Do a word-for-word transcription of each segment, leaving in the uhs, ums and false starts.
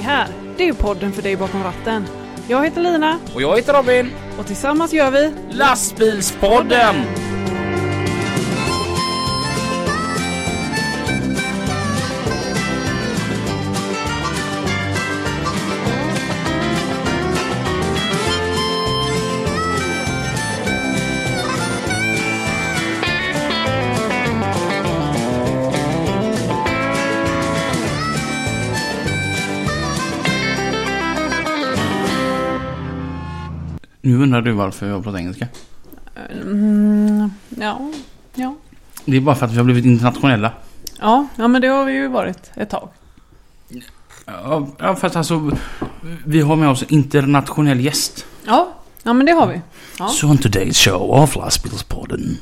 här, det är podden för dig bakom ratten. Jag heter Lina. Och jag heter Robin. Och tillsammans gör vi Lastbilspodden! Nu undrar du varför jag pratar engelska. Mm, ja, ja. Det är bara för att vi har blivit internationella. Ja, ja, men det har vi ju varit ett tag. Ja, ja fast alltså vi har med oss en internationell gäst. Ja, ja men det har vi. Ja. So on today's show of Lastbilspodden.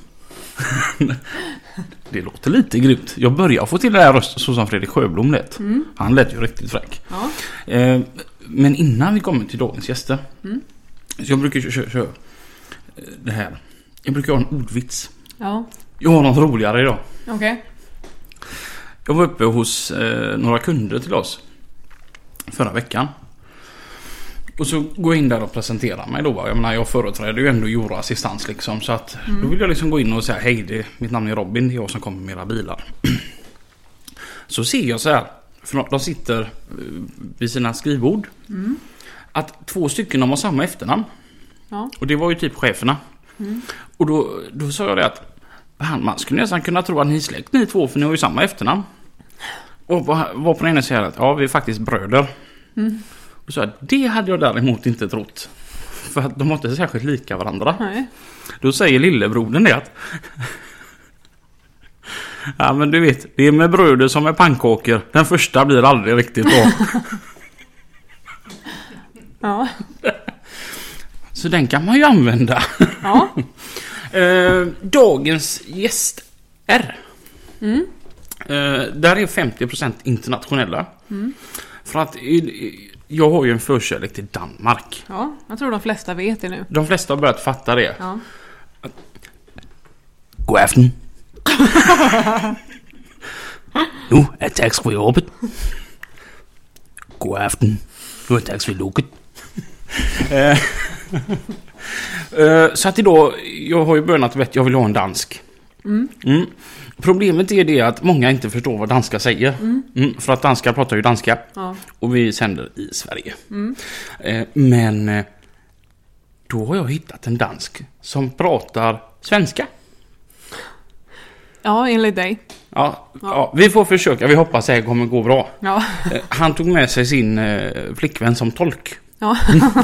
Det låter lite grymt. Jag börjar få till det här röst så som Fredrik Sjöblom lät. Mm. Han lät ju riktigt fräck. Ja. Eh, men innan vi kommer till dagens gäster. Mm. Så jag brukar köra, köra det här. Jag brukar ha en ordvits. Ja. Jag har något roligare idag. Okej. Okay. Jag var uppe hos eh, några kunder till oss förra veckan. Och så går jag in där och presenterar mig då. Jag menar, jag företräder ju ändå Jura Assistans liksom. Så att mm. då vill jag liksom gå in och säga hej, det, mitt namn är Robin, det är jag som kommer med era bilar. Så ser jag så här, för de sitter vid sina skrivbord. Mm. Att två stycken de har samma efternamn. Ja. Och det var ju typ cheferna. Mm. Och då, då sa jag det att man skulle nästan kunna tro att ni är släkt ni två, för ni har ju samma efternamn. Och var, var på den ena säger att ja, vi är faktiskt bröder. Mm. Och så här, det hade jag däremot inte trott. För att de var inte särskilt lika varandra. Nej. Då säger lillebrodern det att ja, men du vet, det är med bröder som är pannkakor. Den första blir aldrig riktigt bra. Ja. Så den kan man ju använda. Ja. eh, dagens gäst är mm. eh, där är femtio procent internationella. Mm. För att eh, jag har ju en förkärlek till Danmark. Ja, jag tror de flesta vet det nu. De flesta har börjat fatta det. Ja. God aften. Nu är tax for jobbet. God aften. Nu är tax for lukket. Så att idag, jag har ju börjat vet jag vill ha en dansk. Mm. Mm. Problemet är det att många inte förstår vad danska säger. Mm. Mm, för att danskar pratar ju danska. Ja. Och vi sänder i Sverige. Mm. Men då har jag hittat en dansk som pratar svenska. Ja, enligt dig. Ja, ja. ja, vi får försöka. Vi hoppas att det kommer gå bra. Ja. Han tog med sig sin eh, flickvän som tolk. Ja.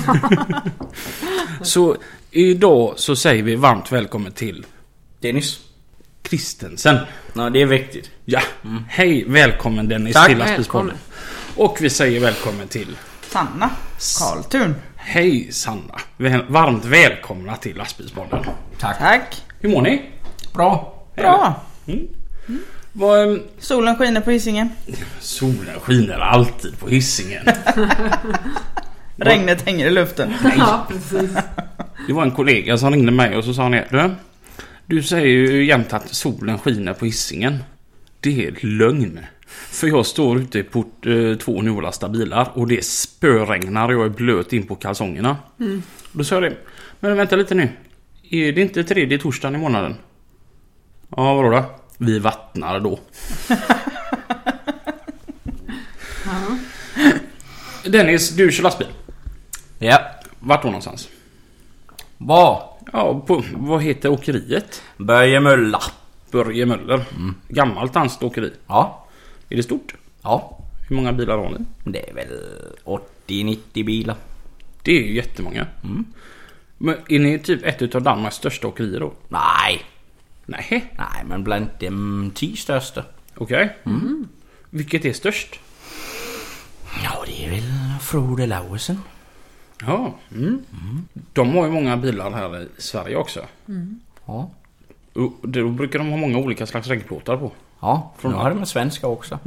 Så idag så säger vi varmt välkommen till Dennis Christensen. Ja, det är viktigt. Ja, mm. Hej, välkommen Dennis. Tack. Till Lastbilspodden. Och vi säger välkommen till Sanna Karltun. Hej Sanna, varmt välkomna till Lastbilspodden. Tack. Tack. Hur mår ni? Bra. Bra. Mm. Mm. Vad, solen skiner på Hisingen. Solen skiner alltid på Hisingen. Regnet hänger i luften. Ja, precis. Det var en kollega som ringde mig och så sa han, du, du säger ju jämt att solen skiner på Hisingen. Det är lögn. För jag står ute på eh, två nolasta bilar och det spöregnar och jag är blöt in på kalsongerna. Mm. Då sa jag det, men vänta lite nu. Är det inte tredje torsdagen i månaden? Ja, vadå då? Vi vattnar då. uh-huh. Dennis, du kör lastbil. Ja. Vart då någonstans? Var? Ja, på, vad heter åkeriet? Börje Möller. Börje Möller. Mm. Gammalt danskt åkeri. Ja. Är det stort? Ja. Hur många bilar har ni? Det är väl åttio nittio bilar. Det är ju jättemånga. Mm. Men är ni typ ett av Danmarks största åkerier då? Nej. Nej. Nej, men bland de tio största. Okej. Okay. Mm. Vilket är störst? Ja, det är väl Frode Lauesen. Ja. Mm. Mm. De har ju många bilar här i Sverige också. Mm. Ja. Och då brukar de ha många olika slags regnplåtar på. Ja, från har de med svenska också.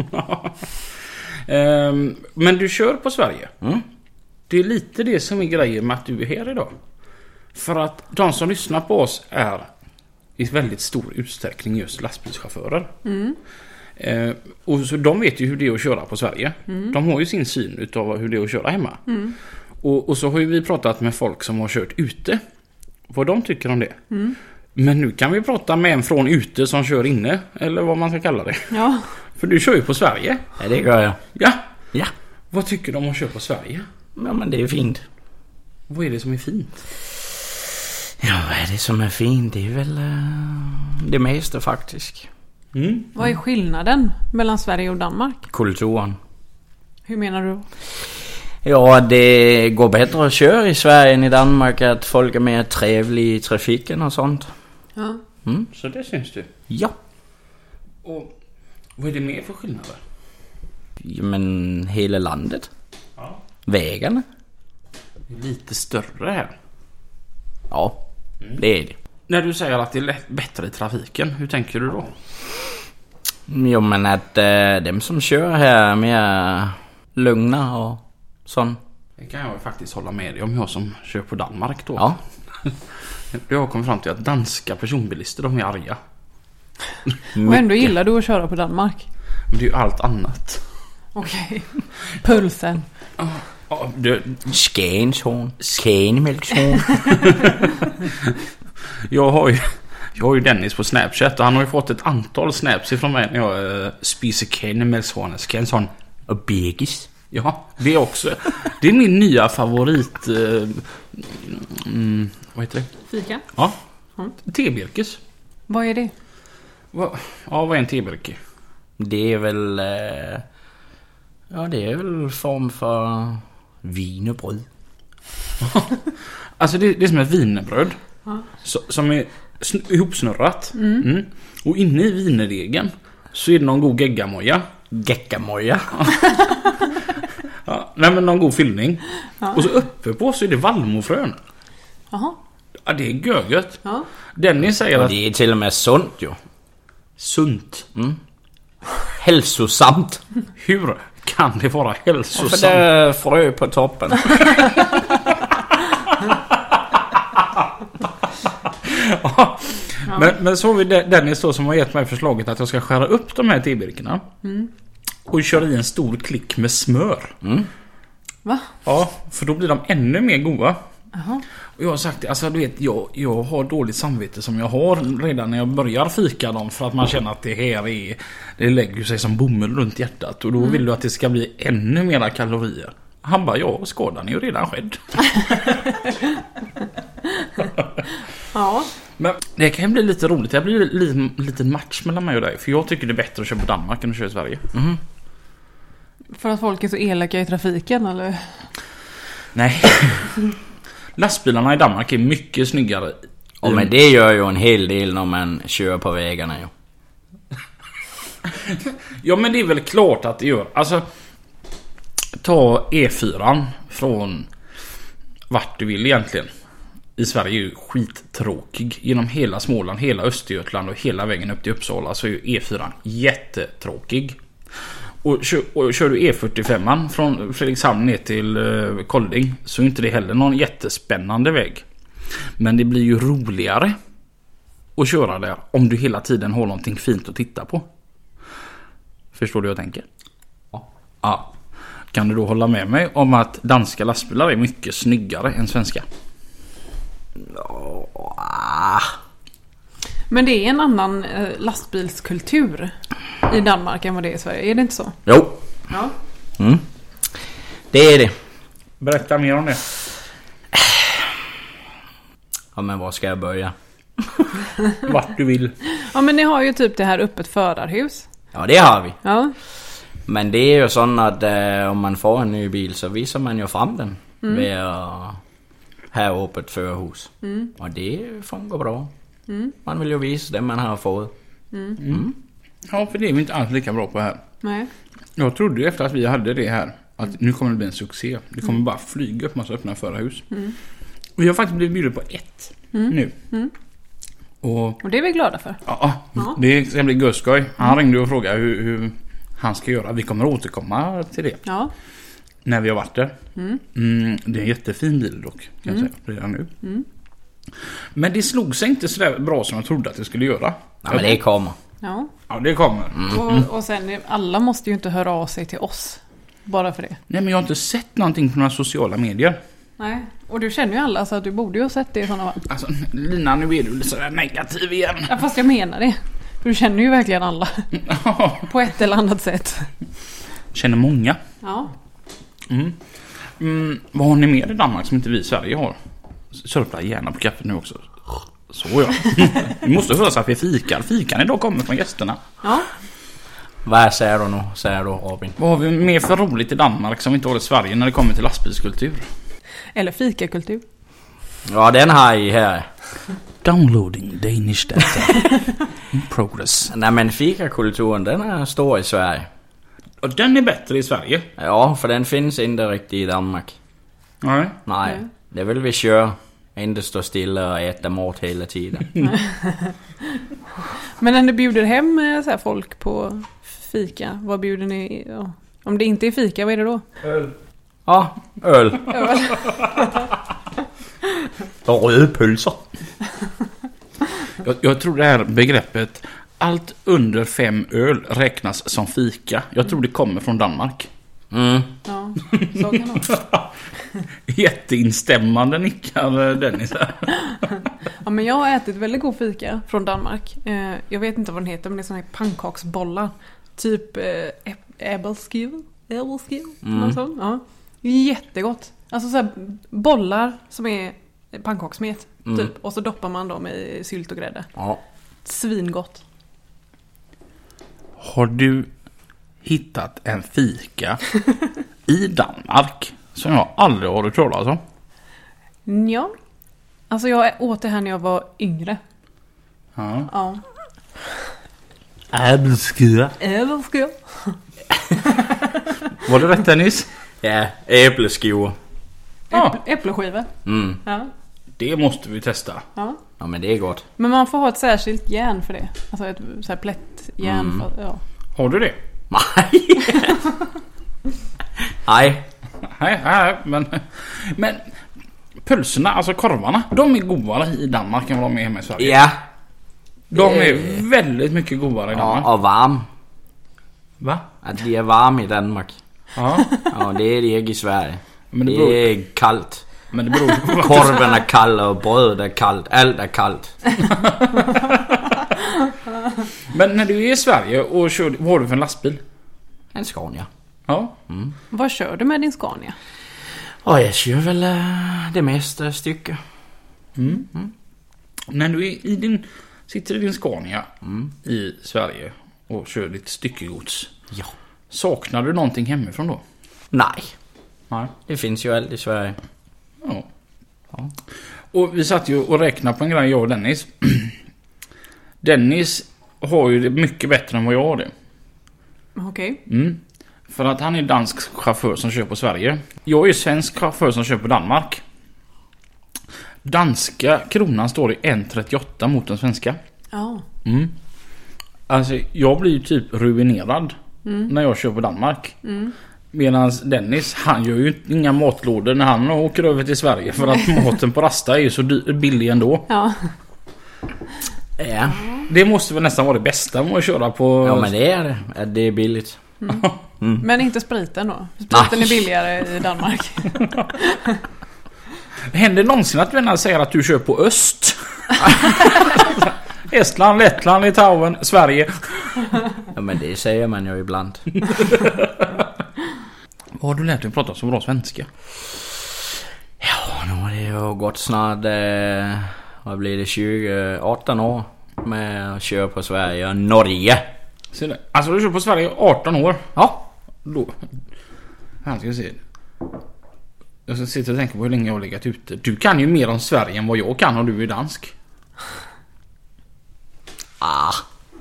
um, men du kör på Sverige. Mm. Det är lite det som är grejen med att du är här idag. För att de som lyssnar på oss är i väldigt stor utsträckning just lastbilschaufförer. Mm. Eh, och så de vet ju hur det är att köra på Sverige. Mm. De har ju sin syn utav hur det är att köra hemma. Mm. Och, och så har ju vi pratat med folk som har kört ute. Vad de tycker om det. Mm. Men nu kan vi prata med en från ute som kör inne. Eller vad man ska kalla det. Ja. För du kör ju på Sverige. Ja, det gör jag. Ja. Ja. Vad tycker de om att köra på Sverige? Ja, men det är fint. Vad är det som är fint? Ja, vad är det som är fint? Det är väl uh, det mesta faktiskt. Mm. Vad är skillnaden mellan Sverige och Danmark? Kulturen. Hur menar du? Ja, det går bättre att köra i Sverige än i Danmark. Att folk är mer trevliga i trafiken och sånt. Ja. Mm. Så det syns du? Ja. Och vad är det mer för skillnader? Ja, men hela landet. Ja. Vägarna. Det är lite större här. Ja, mm. det är det. När du säger att det är lätt, bättre i trafiken, hur tänker du då? Jo, men att äh, dem som kör här är mer lugna och sånt. Det kan jag faktiskt hålla med dig om, jag som kör på Danmark då. Ja. Jag har kommit fram till att danska personbilister, de är arga. Och ändå gillar du att köra på Danmark? Men det är ju allt annat. Okej. Okay. Pulsen. Ja, ja, det... Skänshorn. Skänmjölkshorn. Jag har ju jag har ju Dennis på Snapchat och han har ju fått ett antal snaps ifrån mig när jag äh, spiser Skänmjölkshorn. Skänshorn. Och begis. Ja, det är också. Det är min nya favorit. Äh, mm, vad heter det? Fika? Ja. Mm. Tebirkes. Vad är det? Va? Ja, vad är en tebirke? Det är väl äh, ja, det är väl form för wienerbröd. Alltså det, det är som ett wienerbröd. Ja. Så, som är sn- ihopsnurrat. Mm. Mm. Och inne i wieneregen så är det någon god geggamoja. Geggamoja. Ja, nej men någon god fyllning. Ja. Och så uppe på så är det vallmofrön. Jaha. Ja, det är göget. Ja. Dennis säger och att det är till och med sunt ju. Sunt. Mm. Hälsosamt. Hur kan det vara hälsosamt? Ja, för det är frö på toppen. Ja. Men, men så har vi Dennis då som har gett mig förslaget att jag ska skära upp de här tebirkarna mm. och köra i en stor klick med smör. Mm. Va? Ja, för då blir de ännu mer goda. Aha. Och jag har sagt, alltså du vet, jag, jag har dåligt samvete som jag har redan när jag börjar fika dem för att man känner att det här är, det lägger sig som bomull runt hjärtat och då mm. vill du att det ska bli ännu mera kalorier. Han bara, ja, skadan är ju redan skedd. Ja. Men det kan ju bli lite roligt. Det blir en liten match mellan mig och dig. För jag tycker det är bättre att köra på Danmark än att köra i Sverige. Mm. För att folk är så elaka i trafiken, eller? Nej. Lastbilarna i Danmark är mycket snyggare. Ja, men det gör ju en hel del när man kör på vägarna ju. Ja, men det är väl klart att det gör. Alltså, ta E fyra från vart du vill egentligen. I Sverige är ju skittråkig. Genom hela Småland, hela Östergötland och hela vägen upp till Uppsala så är ju E fyra jättetråkig. Och kör, och kör du E fyrtiofem från Fredrikshamn ner till uh, Kolding så är inte det heller någon jättespännande väg. Men det blir ju roligare att köra där om du hela tiden har någonting fint att titta på. Förstår du vad jag tänker? Ja. Ja. Kan du då hålla med mig om att danska lastbilar är mycket snyggare än svenska? Ja. Men det är en annan eh, lastbilskultur i Danmark än vad det är i Sverige. Är det inte så? Jo. Ja. Mm. Det är det. Berätta mer om det. Ja, men var ska jag börja? Vart du vill. Ja, men ni har ju typ det här öppet förarhus. Ja, det har vi. Ja. Men det är ju sån att eh, om man får en ny bil så visar man ju fram den. Mm. Med att ha öppet förarhus. Mm. Och det funkar bra. Mm. Man vill ju visa det man har fått. Mm. Mm. Ja, för det är vi inte alls lika bra på här. Nej. Jag trodde ju efter att vi hade det här att nu kommer det bli en succé. Det kommer mm. bara flyga upp massa öppna förarhus. Mm. Vi har faktiskt blivit bjudna på ett mm. nu. Mm. Och, och det är vi glada för. Ja, ja. Det ska bli göskoj. Han mm. ringde och frågade hur, hur han ska göra. Vi kommer återkomma till det. Ja. När vi har varit där. Mm. Mm, det är en jättefin bil dock, kan mm. jag säga redan nu. Mm. Men det slog sig inte så där bra som jag trodde att det skulle göra. Ja, men det kommer. Ja. Ja, det kommer. Och, och sen, alla måste ju inte höra av sig till oss. Bara för det. Nej, men jag har inte sett någonting på några sociala medier. Nej, och du känner ju alla så att du borde ju ha sett det i sådana fall. Alltså, Lina, nu är du sådär negativ igen. Ja, fast jag menar det. För du känner ju verkligen alla. På ett eller annat sätt. Känner många. Ja. Mm. Mm, vad har ni mer i Danmark som inte vi i Sverige har? Sörpla gärna på kaffet nu också. Så ja. Vi måste höra så att vi fikar. Fikan idag kommer från gästerna. Ja. Vad säger du nu? Säger du, Robin? Vad har vi mer för roligt i Danmark som vi inte har i Sverige när det kommer till lastbilskultur? Eller fikakultur. Ja, den har jag här. Downloading Danish data. In progress. Nej, men fikakulturen, den är stor i Sverige. Och den är bättre i Sverige. Ja, för den finns inte riktigt i Danmark. Nej. Nej, Nej. det vill vi köra. Inte stå stilla och äta mat hela tiden. Men när ni bjuder hem så här, folk på fika, vad bjuder ni? Ja. Om det inte är fika, vad är det då? Öl. Ja, öl. Öl. Och rödpulser. Jag, jag tror det här begreppet allt under fem öl räknas som fika. Jag tror det kommer från Danmark. Mm. Ja, så kan det vara. Jätteinstämmande nickar Dennis här. Ja, men jag har ätit väldigt god fika från Danmark. Eh, jag vet inte vad den heter, men det är såna här pannkaksbollar. Typ eh, äppelskiv. Äppelskiv. Mm. Ja. Jättegott. Alltså så här bollar som är pannkakssmet. Mm. Typ. Och så doppar man dem i sylt och grädde. Ja. Svingott. Har du hittat en fika i Danmark som jag aldrig har hört talas om? Ja. Alltså jag åt det här när jag var yngre. Ja. Ja. Äppelskiva. Äppelskiv. Var det rätt, Dennis? Ja, äppelskivor. Ja. Äpp- äppelskivor. Mm. Ja. Det måste vi testa. Ja. Ja, men det är gott. Men man får ha ett särskilt järn för det. Alltså ett så här plättjärn. Mm. För, ja. Har du det? Nej. Nej. Nej, nej, men... Men pölserna, alltså korvarna, de är godare i Danmark än vad de är hemma i Sverige. Ja. De är väldigt mycket godare i Danmark. Ja, och varm. Va? Att de är varma i Danmark. Ja. Ja, det är det inte i Sverige. Men det Det beror, är kallt. men det beror på... Korven är kall och brödet är kallt. Allt är kallt. Men när du är i Sverige och kör, vad har du för en lastbil? En Scania. Ja. Vad kör du med din Scania? Och jag kör väl äh, det mesta stycke. Mm. Mm. När du är i din, sitter i din Scania Mm. i Sverige och kör ditt styckegods, Ja. saknar du någonting hemifrån då? Nej. Nej. Det finns ju allt i Sverige. Ja. Ja. Och vi satt ju och räknade på en grej, jag och Dennis. Dennis har ju det mycket bättre än vad jag har det. Okej. Mm. För att han är dansk chaufför som kör på Sverige. Jag är svensk chaufför som kör på Danmark. Danska kronan står i en komma trettioåtta mot den svenska. Ja. Mm. Alltså jag blir ju typ ruinerad Mm. när jag kör på Danmark. Mm. Medan Dennis, han gör ju inga matlådor när han åker över till Sverige. För att maten på Rasta är ju så dy- billig ändå. Ja. Ja. Det måste väl nästan vara det bästa med att köra på... Ja, men det är det. Att det är billigt. Men inte spriten då. Spriten Nej. är billigare i Danmark. Händer någonsin att vänner säger att du kör på öst? Estland, Lettland, Litauen, Sverige. Ja, men det säger man ju ibland. Vad har du lärt dig att prata så bra svenska? Ja, nu har det ju gått snart... Eh, vad blir det? tjugo arton år med att köra på Sverige och Norge. Ser du? Alltså du kör på Sverige i arton år. Ja. Då. Här ska vi se. Jag ska sitta och tänka på hur länge jag har legat ute. Du kan ju mer om Sverige än vad jag kan och du är dansk. Ah.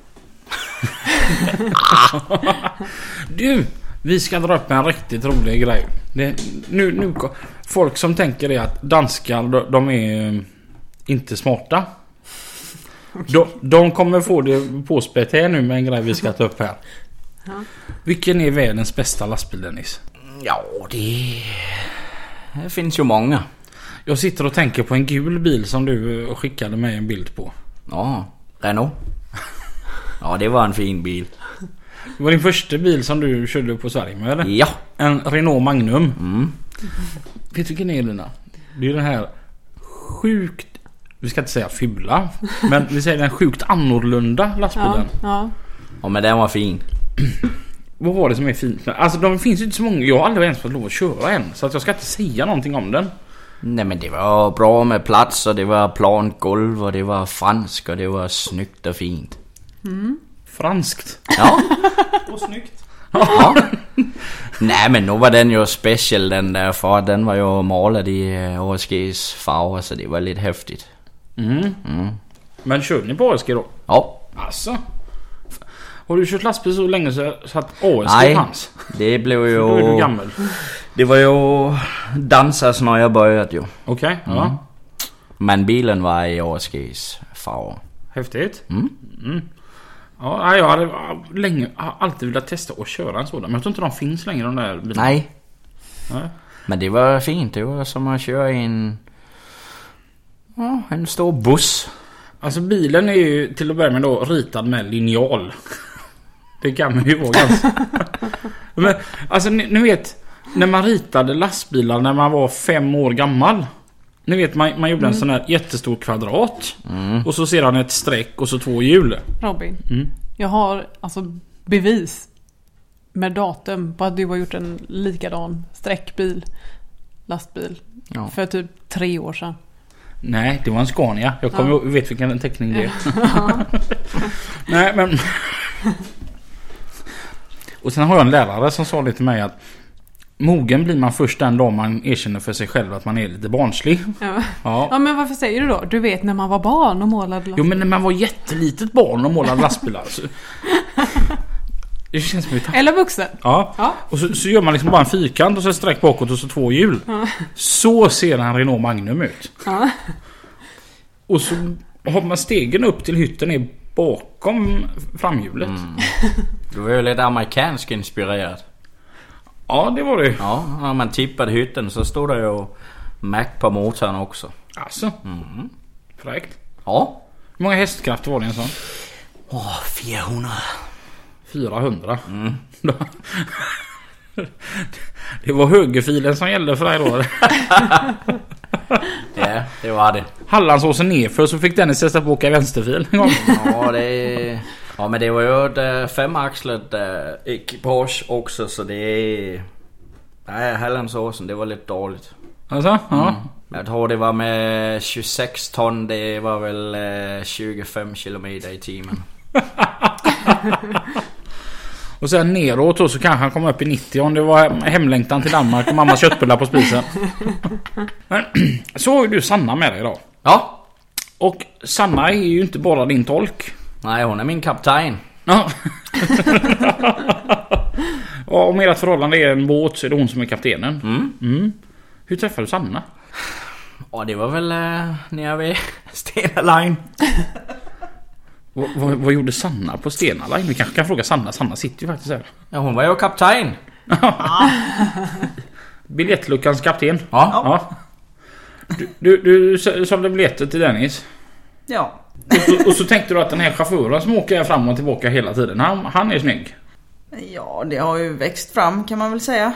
Du, vi ska dra upp en riktigt rolig grej. Det, nu, nu, folk som tänker det att danskar, de, de är inte smarta. De, de kommer få det påspätt här nu med en grej vi ska ta upp här. Ja. Vilken är världens bästa lastbil, Dennis? Ja, det... Det finns ju många. Jag sitter och tänker på en gul bil som du skickade mig en bild på. Ja, Renault. Ja, det var en fin bil. Det var din första bil som du körde på Sverige med, eller? Ja. En Renault Magnum. Mm. Vet du vilken är Lina? Det är den här sjukt, vi ska inte säga fula, men vi säger den sjukt annorlunda lastbilen. Ja, ja. Ja, men den var fin. Vad var det som är fint? Alltså de finns ju inte så många. Jag har aldrig ens fått lov att köra en, så att jag ska inte säga någonting om den. Nej, men det var bra med plats och det var plant golv och det var fransk och det var snyggt och fint. Mm. Franskt. Ja. Och snyggt. Ja. Nej, men nu var den ju special den där, för den var ju målad i A S G's farver, så det var lite häftigt. Mm. Mm. Men körde ni på A S G då? Ja. Alltså. Har du kört lastbil så länge så att A S G Nej, fanns? det blev ju... Då är du gammal. Det var ju dansas när jag började ju. Okej, okay, ja. Mm. Men bilen var i A S G's farver. Häftigt. Mm. Mm. Ja, jag hade länge har alltid velat testa att köra en sådan. Men jag tror inte de finns längre, de där bilarna. Nej. Nej. Men det var fint. Det var som att köra i en... Ja, en stor buss. Alltså bilen är ju till att börja med då ritad med linjal. Det kan man ju vara ganska. Men alltså ni, ni vet, när man ritade lastbilar när man var fem år gammal. Ni vet, man, man gjorde mm. en sån här jättestor kvadrat. Mm. Och så ser han ett streck och så två hjul. Robin, mm. jag har alltså bevis med datum på att du har gjort en likadan streckbil, lastbil, ja. för typ tre år sedan. Nej, det var en Scania. Jag kommer ja. vet vilken teckning det är. Ja. Nej, men... Och sen har jag en lärare som sa det till mig att mogen blir man först den dag man erkänner för sig själv att man är lite barnslig. Ja. Ja. Ja, men varför säger du då? Du vet när man var barn och målade lastbilar. Jo, men när man var jättelitet barn och målade lastbilar. Så... Det känns som ett... Eller vuxen. Ja. Ja. Och så, så gör man liksom bara en fyrkant och så sträck bakåt och så två hjul. Ja. Så ser en Renault Magnum ut. Ja. Och så har man stegen upp till hytten är bakom framhjulet. Mm. Du var ju lite amerikansk inspirerad. Ja, det var det. Ja, när man tippade hytten så stod det ju Mac på motorn också. Alltså. Mm. Fräckt. Ja. Hur många hästkrafter var det en sån? Åh, fyrahundra. fyrahundra. Mm. Det var högerfilen som gällde för dig då. Ja, det var det. Hallandsåsen nerför så fick Dennis sätta på åka i vänsterfil en gång. Ja, det ja, men det var ju ett femaxlat äh, ekipage också, så det är... Nej, Hallandsåsen, det var lite dåligt. Alltså? Ja. Mm. Jag tror det var med tjugosex ton, det var väl äh, tjugofem kilometer i timmen. Och sen neråt så kanske han kom upp i nittio om det var hemlängtan till Danmark och mammas köttbullar på spisen. Men så har ju du Sanna med dig idag. Ja. Och Sanna är ju inte bara din tolk. Nej, hon är min kapten. Ja. Och om ert förhållande är en båt så är det hon som är kaptenen. Mm. Mm. Hur träffade du Sanna? Ja, det var väl äh, nere vid Stena Line. vad, vad, vad gjorde Sanna på Stena Line? Vi kanske kan fråga Sanna. Sanna sitter ju faktiskt här. Ja, hon var ju kapten. Biljettluckans kapten. Ja. Ja. Du, du, du sålde biljetter till Dennis. Ja. Och så, och så tänkte du att den här chauffören som åker fram och tillbaka hela tiden, han, han är snygg. Ja, det har ju växt fram kan man väl säga.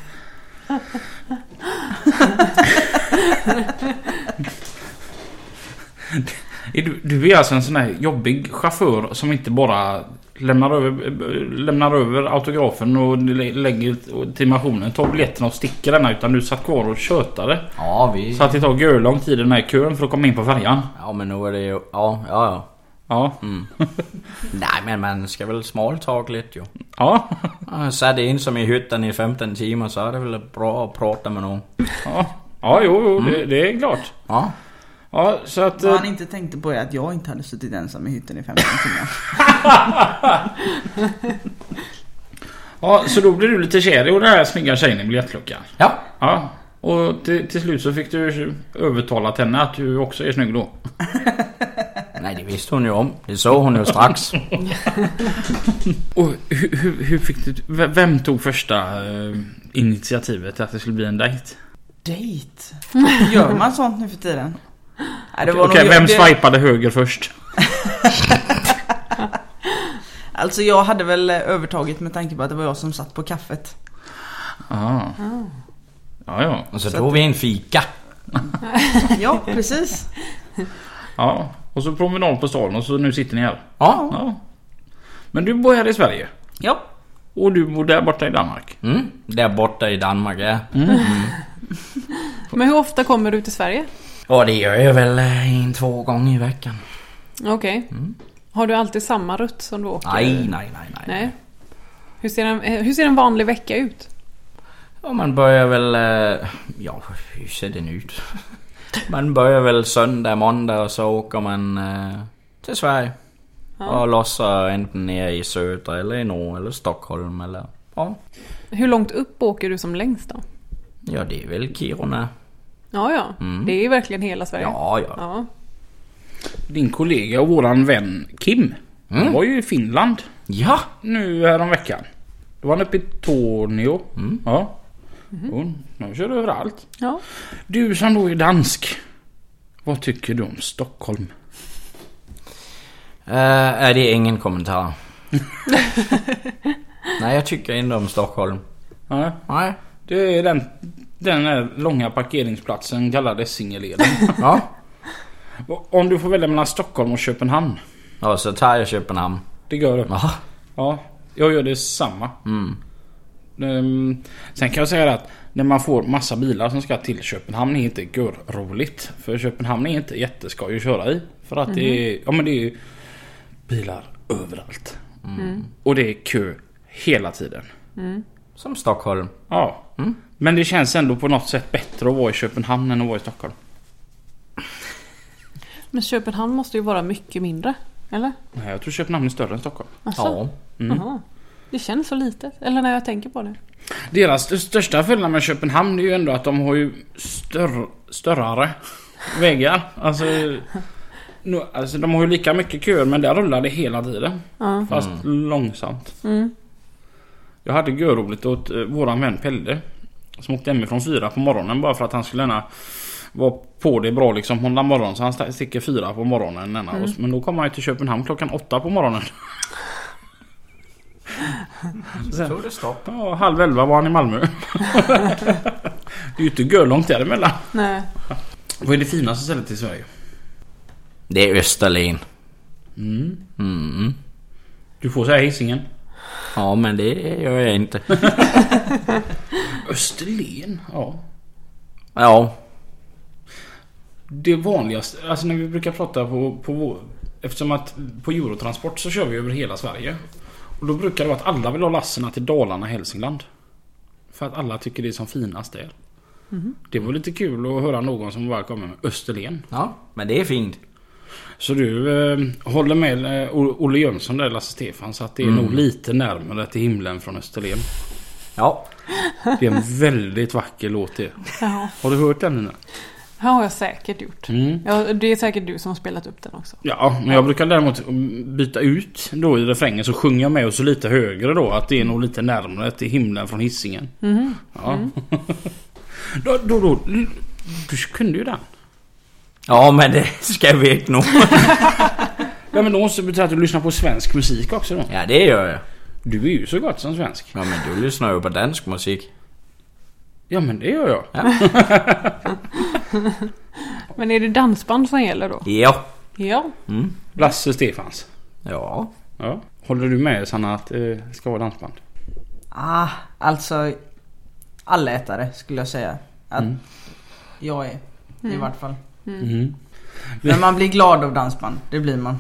Du, du är alltså en sån här jobbig chaufför som inte bara lämnar över, lämnar över autografen och lägger till maskinen, tar biljetterna och sticker denna, utan du satt kvar och tjötade. Ja, vi... Så att det tar gör lång tid i den här kön för att komma in på färjan. Ja, men nu är det ju... Ja, ja, ja. Ja. Mm. Nej, men man ska väl smaltag lite ju. Ja. Ja, så är det in som i hytten i femton timmar så är det väl bra att prata med någon. Ja, ja jo, jo Mm. det, det är klart. Ja. Ja, så att... Vad han inte tänkte på är att jag inte hade suttit ensam i hytten i femton timmar. Ja, så då blev du lite kär i den här snygga tjejen i biljettluckan. Ja. Ja, och till, till slut så fick du övertalat henne att du också är snygg då. Nej, det visste hon ju om. Det såg hon ju strax. Och hur, hur, hur fick du... Vem tog första uh, initiativet att det skulle bli en dejt? Dejt? Gör man sånt nu för tiden? Nej, det var Okej, nog, vem det... swipade höger först? Alltså jag hade väl övertaget med tanke på att det var jag som satt på kaffet. Ah. Ja, ja. Och så, Så tog att- vi en fika. Ja, precis. Ja, och så promenad på stan och så nu sitter ni här. Ja. Ja. Men du bor här i Sverige. Ja. Och du bor där borta i Danmark. Mm, där borta i Danmark, ja. Men hur ofta kommer du till Sverige? Och det gör jag väl en, två gånger i veckan. Okej. Har du alltid samma rutt som du åker? Nej, nej, nej, nej. Nej. Hur ser en, eh, hur ser en vanlig vecka ut? Ja, man börjar väl... eh, Ja, hur ser den ut? Man börjar väl söndag, måndag och så åker man eh, till Sverige. Ja. Och lossar enten ner i södra eller i norr eller Stockholm eller... Ja, Hur långt upp åker du som längst då? ja det är väl Kiruna. Ja, ja. Mm. Det är ju verkligen hela Sverige. Ja, ja. Ja. Din kollega och våran vän Kim. Han Mm. var ju i Finland Ja, nu här om veckan. Då var han uppe i Tornio. Mm. Ja. Och de kör överallt. Ja. Du som då är dansk. Vad tycker du om Stockholm? uh, är det ingen kommentar. Nej, jag tycker inte om Stockholm. Ja. Nej. Det är den, den här långa parkeringsplatsen kallad Essingeleden. Ja. Om du får välja mellan Stockholm och Köpenhamn. Ja, så tar jag Köpenhamn. Det gör du. Ja. Ja, jag gör det samma. Mm. Um, sen kan jag säga att när man får massa bilar som ska till Köpenhamn är inte gör roligt. För Köpenhamn är inte jätteskoj att köra i. För att det är, ja men det är bilar överallt. Mm. Och det är kö hela tiden. Som Stockholm. Ja. Mm. Men det känns ändå på något sätt bättre att vara i Köpenhamn än att vara i Stockholm. Men Köpenhamn måste ju vara mycket mindre, eller? Nej, jag tror Köpenhamn är större än Stockholm. Alltså? Ja. Mm. Jaha. Det känns så litet. Eller när jag tänker på det. Deras st- största fördel med Köpenhamn är ju ändå att de har ju större, större vägar. Alltså, nu, alltså de har ju lika mycket köer men där rullar det hela tiden. Ja. Fast långsamt. Mm. Jag hade görroligt åt uh, våran vän Pelle. Som åkte hemifrån fyra på morgonen bara för att han skulle gärna vara på det bra liksom på morgonen. Så han st- sticker fyra på morgonen. Mm. Men då kommer han ju till Köpenhamn klockan åtta på morgonen. Så tog det stopp. Ja, halv elva var han i Malmö. Det är ju inte gör långt däremellan. Nej. Vad är det finaste stället i Sverige? Det är Österlen. Mm. Mm. Du får säga Hisingen. Ja, men det gör jag inte. Österlen, ja. Ja. Det vanligaste, alltså när vi brukar prata på, på vår, eftersom att på Eurotransport så kör vi över hela Sverige. Och då brukar det vara att alla vill ha lasserna till Dalarna och Hälsingland. För att alla tycker det är som finast där. Mm. Det var lite kul att höra någon som bara kommer med Österlen. Ja, men det är fint. Så du eh, håller med eh, Olle Jönsson där, Lasse Stefan, så att det är mm. nog lite närmare till himlen från Österlen. Ja. Det är en väldigt vacker låt det. Ja. Har du hört den nu? Det har jag säkert gjort. Mm. Ja, det är säkert du som har spelat upp den också. Ja, men jag brukar däremot byta ut då i refrängen så sjunger jag med och så lite högre då att det är nog lite närmare till himlen från Hisingen. Mm. Ja. Mm. då, då, då, du kunde ju den. Ja, men det ska vi inte nog. Ja, men då måste det betyda att du lyssnar på svensk musik också då. Ja, det gör jag. Du är ju så gott som svensk. Ja, men du lyssnar ju på dansk musik. Ja, men det gör jag. Ja. Men är det dansband som gäller då? Ja. Ja. Mm. Lasse Stefans. Ja. Ja. Håller du med Sanna att det eh, ska vara dansband? Ah, alltså allätare skulle jag säga. Att Mm. jag är i vart fall. Mm. Men man blir glad av dansband, det blir man.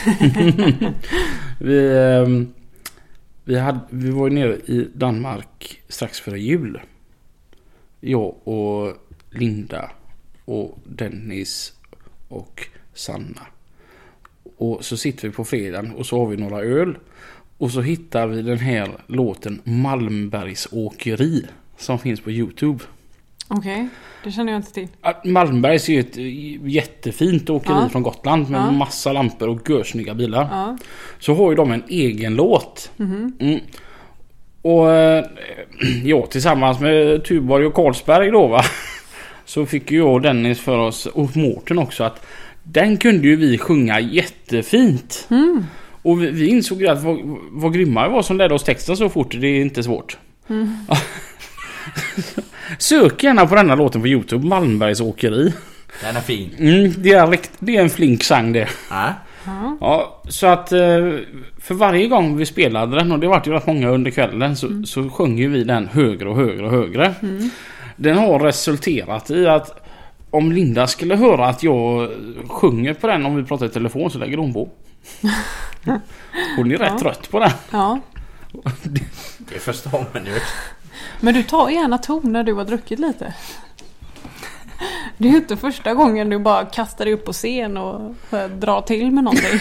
vi, eh, vi, hade, vi var ju nere i Danmark strax före jul. Jag och Linda och Dennis och Sanna. Och så sitter vi på fredagen och så har vi några öl. Och så hittar vi den här låten Malmbergs åkeri som finns på YouTube. Okej, okay. Det känner jag inte till. Malmbergs är ju ett jättefint åkeri ja. från Gotland med ja. massa lampor och görsnygga bilar. Ja. Så har ju de en egen låt. Mm-hmm. Mm. Och eh, jag tillsammans med Tuborg och Karlsberg då va. Så fick ju jag och Dennis för oss och Mårten också att den kunde ju vi sjunga jättefint. Mm. Och vi, vi insåg ju att vad, vad grymma jag var som lärde oss texten så fort. Det är inte svårt. Mm. Sök gärna på denna låten på YouTube. Malmbergs åkeri. Den är fin. Mm, det, är rikt, det är en flink sang det. Ja. Mm. Ja, så att för varje gång vi spelade den, och det var ju rätt många under kvällen, så, mm. så sjöng ju vi den högre och högre och högre. Mm. Den har resulterat i att om Linda skulle höra att jag sjunger på den om vi pratar i telefon, så lägger hon på. Hon är rätt ja. trött på den. Ja. Det förstår man ju. Men du tar gärna ton när du har druckit lite. Det är ju inte första gången du bara kastar dig upp på scen och drar till med någonting.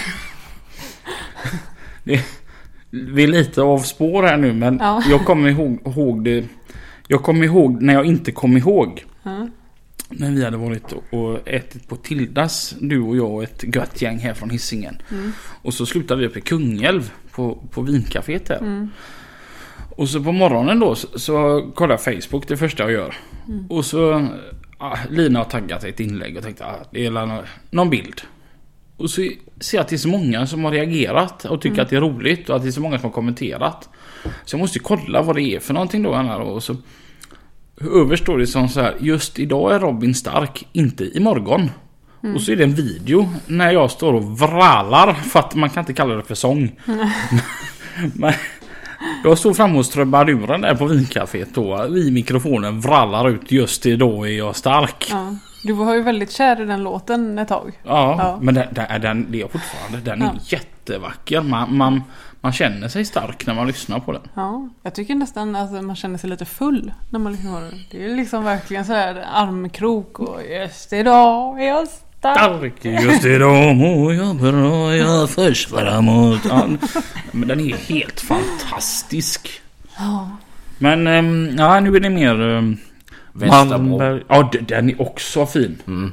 Det, vi är lite av spår här nu, men ja. jag kommer ihåg, ihåg det. Jag kommer ihåg när jag inte kom ihåg. Mm. När vi hade varit och ätit på Tildas, du och jag och ett gött gäng här från Hisingen. Mm. Och så slutade vi upp i Kungälv på, på vinkaféet här. Mm. Och så på morgonen då så, så kollar jag Facebook, det första jag gör. Mm. Och så ah, Lina har taggat ett inlägg och tänkte ah, det är någon, någon bild. Och så ser jag att det är så många som har reagerat och tycker mm. att det är roligt och att det är så många som har kommenterat. Så jag måste kolla vad det är för någonting då. Och så överst står det som så här: just idag är Robin stark, inte imorgon. Mm. Och så är det en video när jag står och vrålar, för att man kan inte kalla det för sång. Mm. Men jag stod fram hos trubaduren där på vinkaféet då, i mikrofonen vrålar ut: just idag är jag stark. Ja. Du var ju väldigt kär i den låten ett tag. Ja, ja. Men den, den, den, det är fortfarande, den är ja. jättevacker. Man, man, man känner sig stark när man lyssnar på den. Ja, jag tycker nästan att man känner sig lite full när man lyssnar på den. Det är liksom verkligen så här armkrok och just idag är jag stark. Just idag må jag bra, jag först framåt. Ja, men den är helt fantastisk. Ja. Men ja, nu är det mer Malmberg. Ja, den är också fin. Mm.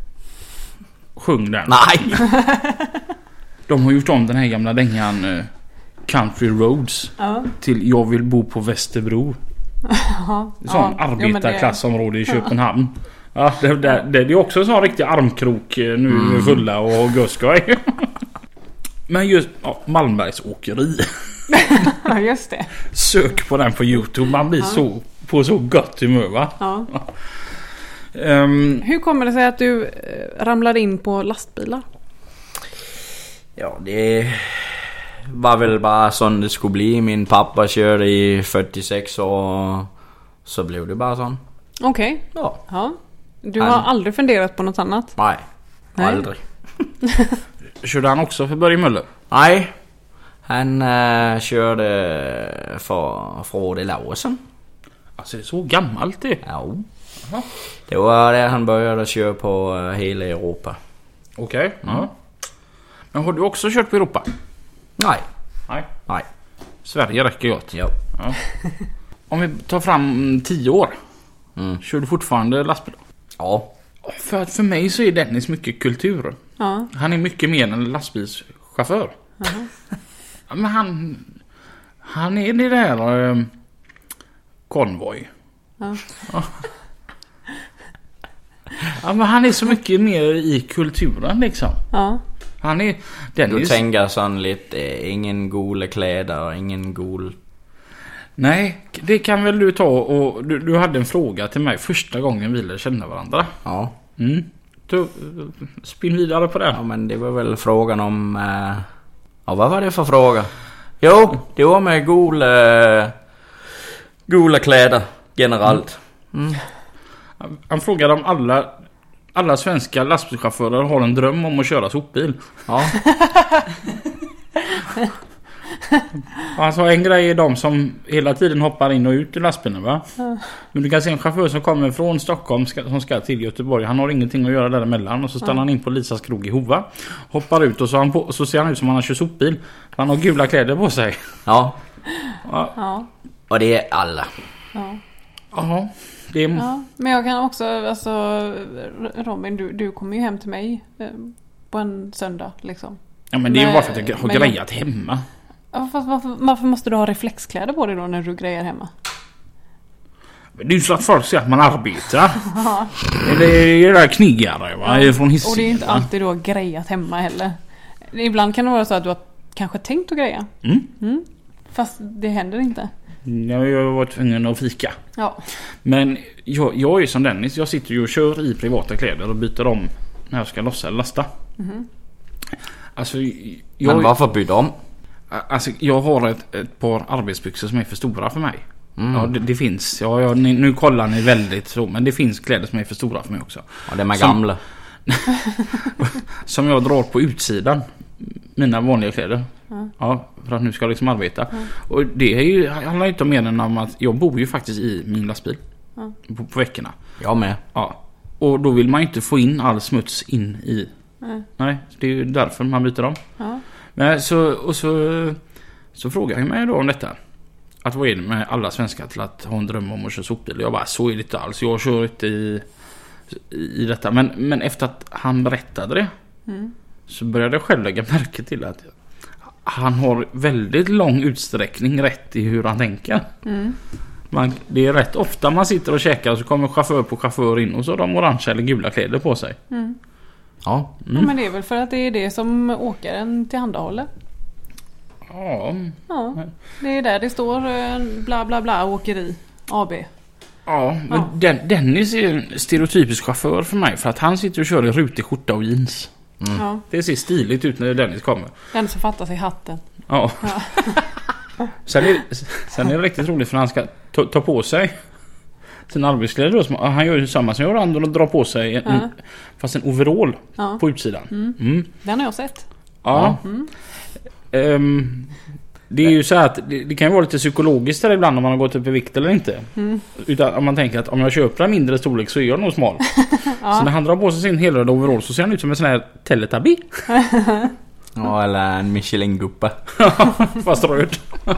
Sjung den. Nej. De har gjort om den här gamla dängan uh, Country Roads ja. till Jag vill bo på Västerbro. Ja. Sån ja. arbetarklassområde det... i Köpenhamn. Ja, det, det, det, det är också en sån riktig armkrok nu mm. fulla och guskoj. Men just ja, Malmbergs åkeri. Ja, just det. Sök på den på YouTube. Man blir ja. så på så gott humör, va? Ja. um, Hur kommer det sig att du eh, ramlade in på lastbilar? Ja, det var väl bara sån det skulle bli. Min pappa körde i fyrtiosex år, så blev det bara sån. Okej. Okay. Ja. Ja. Du har han... aldrig funderat på något annat? Nej, Nej. aldrig. Körde han också för Börje Möller? Nej, han uh, körde för Frode Laursen. Alltså det är så gammalt det. Ja. Aha. Det var det han började köra på uh, hela Europa. Okej. Okay. Mm. Ja. Men har du också kört på Europa? Nej. Nej. Nej. Sverige räcker gott. Ja. Ja. Om vi tar fram tio år. Mm. Kör du fortfarande lastbil? Ja. För att för mig så är Dennis mycket kultur. Ja. Han är mycket mer än en lastbilschaufför. Uh-huh. Ja, men han han är det där um, konvoj. Ja. Ja. Ja, men han är så mycket mer i kulturen liksom. Ja. Han är den du tänker sån lite ingen gola kläder, ingen gol. Nej, det kan väl du ta och du, du hade en fråga till mig första gången vi lärde känna varandra. Ja. Mm. Du spinn vidare på det. Ja, men det var väl frågan om uh... ja, vad var det för fråga? Jo, det var med gola gola kläder generellt. Mm. Han, han frågade om alla alla svenska lastbilschaufförer har en dröm om att köra sopbil. Ja. Alltså en grej är de som hela tiden hoppar in och ut i lastbilen, va? Ja. Men du kan se en chaufför som kommer från Stockholm ska, som ska till Göteborg. Han har ingenting att göra däremellan. Och så stannar ja. han in på Lisas krog i Hova. Hoppar ut och så, han på, så ser han ut som han har kört sopbil. Han har gula kläder på sig. Ja. Ja. Ja. Och det är alla. Ja. Aha. Det är... Ja. Men jag kan också, alltså Robin, du, du kommer ju hem till mig eh, på en söndag liksom. Ja, men det är ju bara för att jag har grejat jag... hemma. Varför, varför, varför måste du ha reflexkläder på dig då när du grejer hemma? Men det är ju så att folk ser att man arbetar. Det är ju där kniggare, va? Ja. Från Hisingen. Och det är ju inte alltid du har grejat hemma heller. Ibland kan det vara så att du har kanske tänkt att greja. Mm. Mm. Fast det händer inte. Jag har varit tvungen att fika. Ja. Men jag, jag är som Dennis. Jag sitter ju och kör i privata kläder och byter om när jag ska lossa eller lasta. Mm. Alltså, jag, Men varför byta om? alltså, jag har ett, ett par arbetsbyxor som är för stora för mig. Mm. Ja, det, det finns. Ja, ja, ni, nu kollar ni väldigt så. Men det finns kläder som är för stora för mig också. Ja, det är med Som- gamla. Som jag drar på utsidan. Mina vanliga kläder. Ja. Ja, för att nu ska jag liksom arbeta. Och det är ju, handlar inte om mer än om att jag bor ju faktiskt i min lastbil. Ja. På, på veckorna. Jag med. Ja. Och då vill man ju inte få in all smuts in i. Nej. Nej, det är ju därför man byter dem. Ja. Men så, och så, så frågar jag mig då om detta. Att vad är det med alla svenskar till att ha en dröm om att köra sopbil? Jag bara, så är det inte alls. Jag kör inte i, i detta. Men, men efter att han berättade det. Mm. Så började jag själv lägga märke till att han har väldigt lång utsträckning rätt i hur han tänker. Mm. Man, det är rätt ofta man sitter och käkar och så kommer chaufför på chaufför in och så har de orange eller gula kläder på sig. Mm. Ja. Ja, men det är väl för att det är det som åkaren tillhandahåller. Ja, Ja, det är där det står eh, bla bla bla åkeri A B. ja men Ja. Den, Dennis är en stereotypisk chaufför för mig för att han sitter och kör i rutig skjorta och jeans. Ja, Det ser stiligt ut när Dennis kommer. den som fattas i hatten. Ja. sen, är, sen är det riktigt roligt för han ska ta, ta på sig sina arbetskläder då, som, han gör ju samma som jag och drar på sig en, Ja. en, fast en overall Ja, på utsidan. Mm. Mm. den har jag sett. Ja. Mm. Ehm, det är ju så här att det, det kan ju vara lite psykologiskt där ibland om man har gått upp i vikt eller inte. Mm. Utan om man tänker att om jag köper en mindre storlek så är jag nog smal. Ja. Så när han drar på sig sin helröda overall så ser han ut som en sån här Teletubby. Ja, eller en Michelin-gubbe. Fast röd.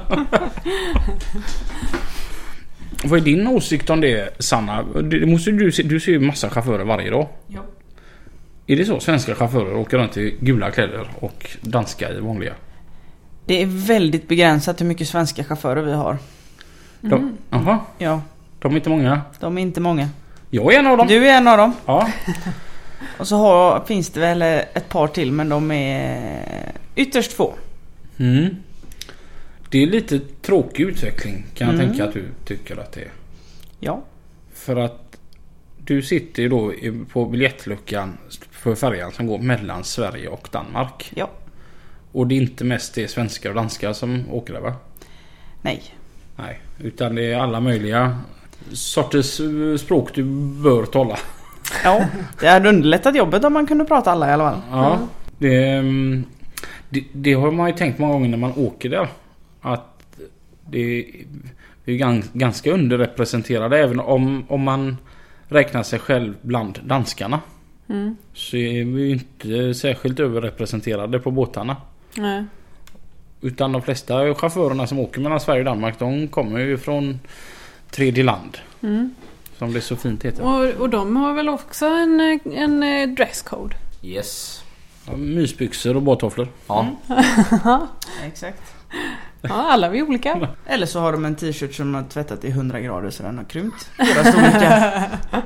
Vad är din åsikt om det, Sanna? Det måste du, se, du ser ju massa chaufförer varje dag. Ja. Är det så? Svenska chaufförer åker runt i gula kläder och danska i vanliga? Det är väldigt begränsat hur mycket svenska chaufförer vi har. De, aha, Ja, de är inte många. de är inte många. Jag är en av dem. Du är en av dem. Ja. Och så har, finns det väl ett par till, men de är ytterst få. Mm. Det är lite tråkig utveckling kan jag Mm. tänka att du tycker att det är. Ja. För att du sitter ju då i- på biljettluckan för färjan som går mellan Sverige och Danmark. Ja. Och det är inte mest det svenska och danska som åker där, va? Nej. Nej, utan det är alla möjliga sorters eh, språk du bör tala. Ja, det hade underlättat jobbet om man kunde prata alla i alla fall. Ja, det, mm, det, det har man ju tänkt många gånger när man åker där. Att det är gans, ganska underrepresenterade. Även om, om man räknar sig själv bland danskarna. Mm. Så är vi ju inte särskilt överrepresenterade på båtarna. Nej. Utan de flesta chaufförerna som åker mellan Sverige och Danmark, de kommer ju från tredje land. Mm. Som det så fint heter. Och, och de har väl också en, en eh, dresscode. Yes. Ja, mysbyxor och badtofflor. Ja. Exakt. Ja, alla vi är olika. Eller så har de en t-shirt som har tvättat i hundra grader så den har krympt. Fyra storlekar.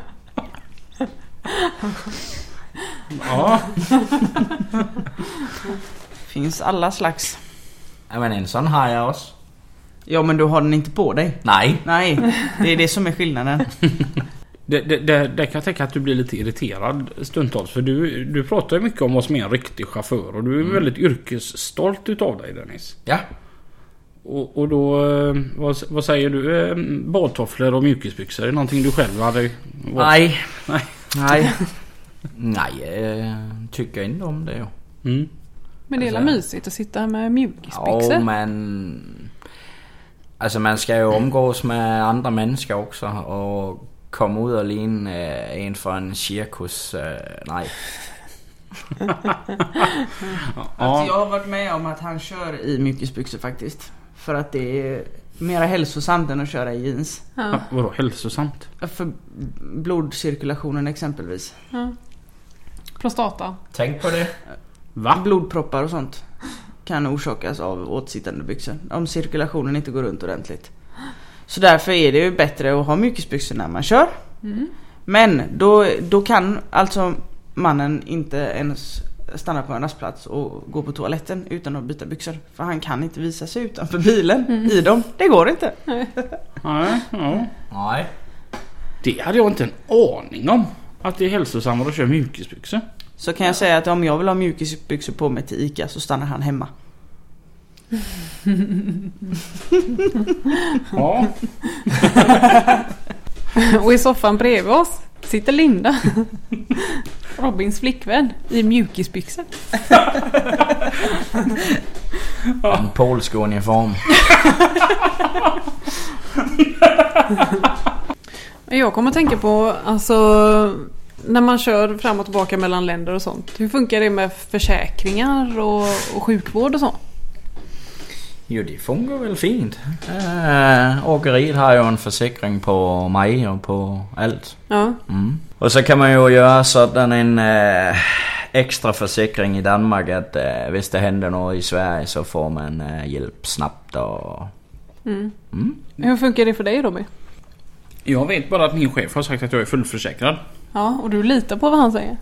Ja. Finns alla slags. Ja, men en sån har jag också. Ja, men du har den inte på dig. Nej. Nej, det är det som är skillnaden. Det, det, det, det kan jag tänka att du blir lite irriterad stundtals. För du, du pratar ju mycket om vad som är en riktig chaufför. Och du är Mm. väldigt yrkesstolt utav dig, Dennis. Ja. Och, och då, eh, vad, vad säger du? Eh, Badtofflor och mjukisbyxor, är det någonting du själv hade? Nej. Nej. Nej. Nej, jag tycker inte om det. Mm. Men det är Alltså- mysigt att sitta med mjukisbyxor. Ja, men... Alltså man ska ju omgås med andra människor också. Och komma ut och ligna eh, en för en cirkus. Eh, nej. Alltså, jag har varit med om att han kör i mjukisbyxor faktiskt. För att det är mera hälsosamt än att köra i jeans. Ja. Ja, vadå hälsosamt? För blodcirkulationen exempelvis. Ja. Prostata. Tänk på det. Va? Blodproppar och sånt kan orsakas av åtsittande byxor. Om cirkulationen inte går runt ordentligt. Så därför är det ju bättre att ha mjukisbyxor när man kör. Mm. Men då, då kan alltså mannen inte ens stanna på en rastplats och gå på toaletten utan att byta byxor. För han kan inte visa sig utanför bilen mm. i dem. Det går inte. Nej, ja. Nej. Det hade jag inte en aning om. Att det är hälsosammare att köra mjukisbyxor. Så kan jag säga att om jag vill ha mjukisbyxor på mig till Ica så stannar han hemma. Ja. Och i soffan bredvid oss sitter Linda, Robins flickvän, i mjukisbyxor. En polsk uniform. Jag kommer att tänka på, alltså, när man kör fram och tillbaka mellan länder och sånt. Hur funkar det med försäkringar och, och sjukvård och sånt? Jo, det funkar väl fint. Äh, åkeriet har ju en försäkring på mig och på allt. Ja. Mm. Och så kan man ju göra sådan en äh, extra försäkring i Danmark att äh, hvis det händer något i Sverige så får man äh, hjälp snabbt. Och... Mm. Mm. Hur funkar det för dig, Robin? Jag vet bara att min chef har sagt att jag är fullförsäkrad. Ja, och du litar på vad han säger?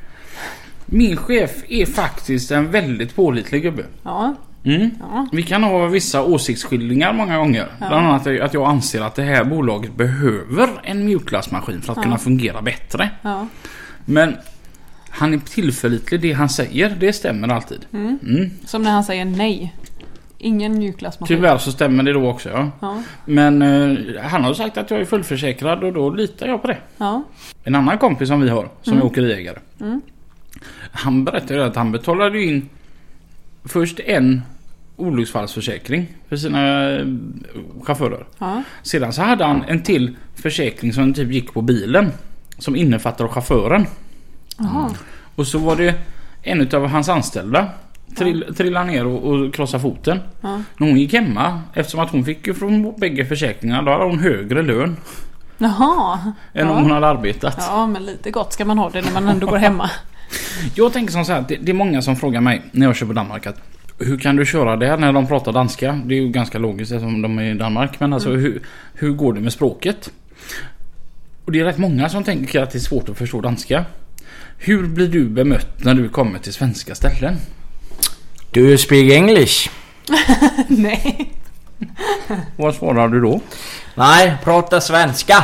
Min chef är faktiskt en väldigt pålitlig gubbe. Ja. Mm. Ja. Vi kan ha vissa åsiktsskildringar många gånger. Ja. Bland annat att jag anser att det här bolaget behöver en mjukglassmaskin för att ja. kunna fungera bättre. Ja. Men han är tillförlitlig, det han säger, det stämmer alltid. Mm. Mm. Som när han säger nej. Ingen mjukglassmaskin. Tyvärr så stämmer det då också, ja. Ja. Men eh, han har sagt att jag är fullförsäkrad och då litar jag på det. Ja. En annan kompis som vi har, som Mm. är åkeriägare. Mm. Han berättade att han betalade in först en olycksfallsförsäkring för sina eh, chaufförer. Ja. Sedan så hade han en till försäkring som typ gick på bilen, som innefattar chauffören. Aha. Och så var det en av hans anställda trill, trillade ner och, och krossade foten. Ja. När hon gick hemma, eftersom att hon fick ju från bägge försäkringarna, då hade hon högre lön Jaha. än Ja. om hon hade arbetat. Ja, men lite gott ska man ha det när man ändå går hemma. Jag tänker som så här, det, det är många som frågar mig när jag kör på Danmark att hur kan du köra där när de pratar danska? Det är ju ganska logiskt eftersom de är i Danmark. Men alltså Mm. hur, hur går det med språket? Och det är rätt många som tänker att det är svårt att förstå danska. Hur blir du bemött när du kommer till svenska ställen? Do you speak English? Nej. Vad svarar du då? Nej, prata svenska.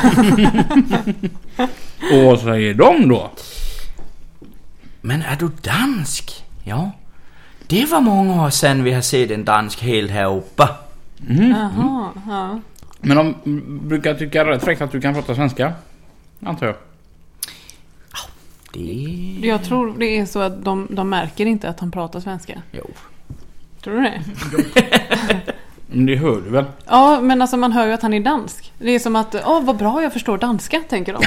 Och vad säger de då? Men är du dansk? Ja. Det var många år sedan vi har sett en dansk helt här uppe. Mm. Jaha, ja. Men de brukar tycka rätt fräckt att du kan prata svenska, antar jag. Det... Jag tror det är så att de, de märker inte att han pratar svenska. Jo. Tror du det? Men det hör du väl? Ja, men alltså man hör ju att han är dansk. Det är som att, åh vad bra jag förstår danska, tänker de.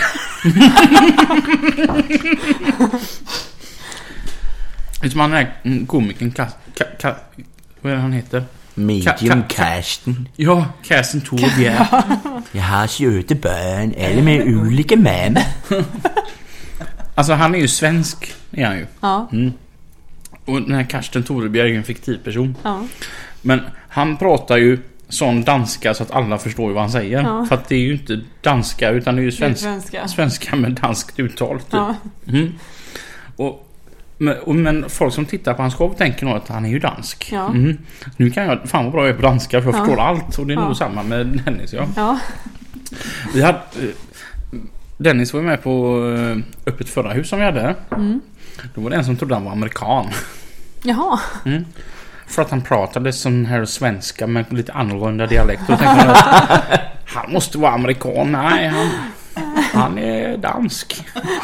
Det är som han är komikern ka, ka, ka, vad är det han heter? Medium Ka- ka- Karsten. Ja, Karsten Torbjerg. Jag har söta barn, alla med olika mamma. Alltså han är ju svensk, är han ju. Ja, Mm. Och den här Karsten Torbjerg är en fiktiv person. ja. Men han pratar ju sån danska så att alla förstår vad han säger. Ja. För att det är ju inte danska utan det är ju Det är svensk, svenska. svenska med danskt uttal typ. Ja. Mm. Och, men, och, men folk som tittar på hans show tänker nog att han är ju dansk. Ja. Mm. Nu kan jag, fan vad bra jag är på danska för jag Ja. förstår allt. Och det är Ja. nog samma med Dennis, ja. Ja. Vi hade, eh, Dennis var med på eh, öppet förra hus som vi hade. Mm. Då var det en som trodde han var amerikan. Jaha. Mm. För att han pratade sån här svenska med lite annorlunda dialekt. Och då tänkte man att han måste vara amerikan. Nej, han, han är dansk.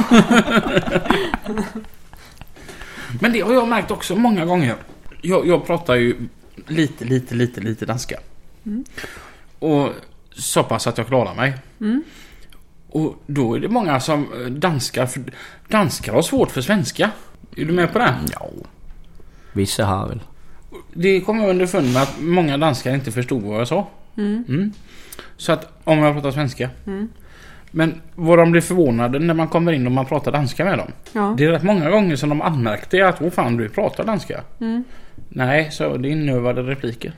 Men det har jag märkt också många gånger. Jag, jag pratar ju lite, lite, lite, lite danska. Mm. Och så pass att jag klarar mig. Mm. Och då är det många som danskar, för danskar har svårt för svenska. Är du med på det? Ja. Vissa har väl. Det kommer jag underfund med att många danskar inte förstod vad jag sa. Mm. Mm. Så att om jag pratar svenska. Mm. Men vad de blir förvånade när man kommer in och man pratar danska med dem. Ja. Det är rätt många gånger som de anmärkte att, åh fan, du pratar danska. Mm. Nej, så det är inövade repliker.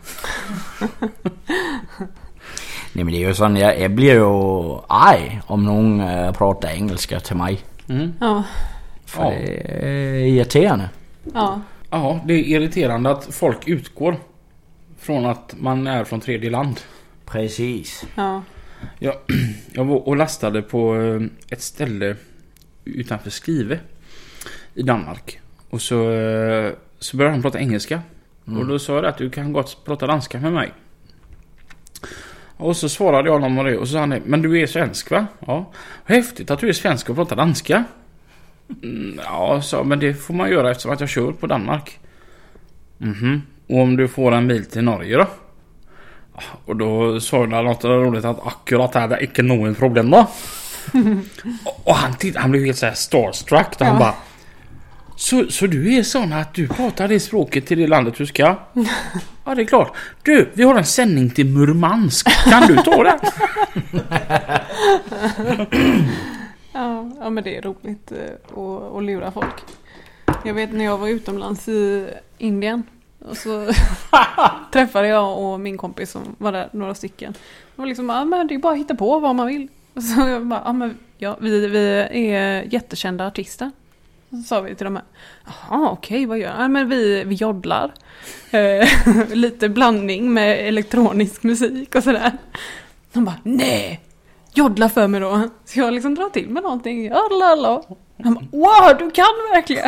Nej, men det är ju sån, jag, jag blir ju arg om någon äh, pratar engelska till mig. Mm. Ja. För Ja. det är irriterande. Ja. Ja, det är irriterande att folk utgår från att man är från tredje land. Precis. Ja. Jag, jag var och lastade på eh, ett ställe utanför Skive i Danmark. Och så, eh, så började han prata engelska. Mm. Och då sa jag att du kan gott prata danska med mig. Och så svarade jag honom om det. Och så sa han, men du är svensk va? Ja. Häftigt att du är svensk och pratar danska. Mm, ja, så, men det får man göra eftersom att jag kör på Danmark. Mhm. Och om du får en bil till Norge då? Och då sa jag något roligt att akkurat här det är inte något problem då. och, och han tittade, han blev helt så här starstruck. Och ja. Han bara, så, så du är sån att du pratar det språket till det landet du ska? Ja, det är klart. Du, vi har en sändning till Murmansk. Kan du ta det? Ja, ja, men det är roligt eh, att, att lura folk. Jag vet när jag var utomlands i Indien. Och så träffade jag och min kompis som var där, några stycken. Och var liksom, ja men det är bara att hitta på vad man vill. Och så jag bara, ja men ja, vi, vi är jättekända artister. Och så sa vi till dem här, jaha okej, okay, vad gör jag? Ja men vi, vi joddlar. Eh, lite blandning med elektronisk musik och sådär. De bara, nej, joddla för mig då. Så jag liksom drar till med någonting. Jodlalala. Han bara, wow, du kan verkligen.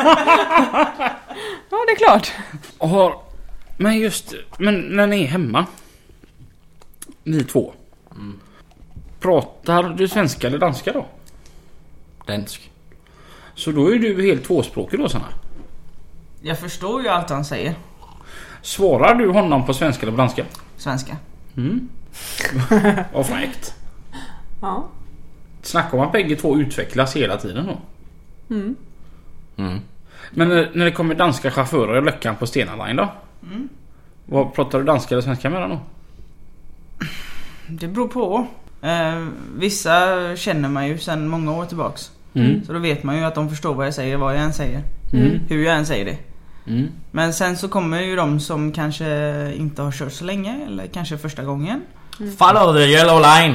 Ja, det är klart. Och, men just, men när ni är hemma, ni två, mm. pratar du svenska eller danska då? Dansk. Så då är du helt tvåspråkig då, Sanna? Jag förstår ju allt han säger. Svarar du honom på svenska eller på danska? Svenska. Mm. Vad fräckt. Ja. Snackar om att bägge två utvecklas hela tiden då? Mm. Mm. Men när, när det kommer danska chaufförer i Löckan på Stena Line då? Mm. Vad pratar du danska eller svenska med då? Det beror på. Eh, vissa känner man ju sedan många år tillbaks. Mm. Så då vet man ju att de förstår vad jag säger, vad jag än säger. Mm. Hur jag än säger det. Mm. Men sen så kommer ju de som kanske inte har kört så länge, eller kanske första gången. Mm. Follow the yellow line.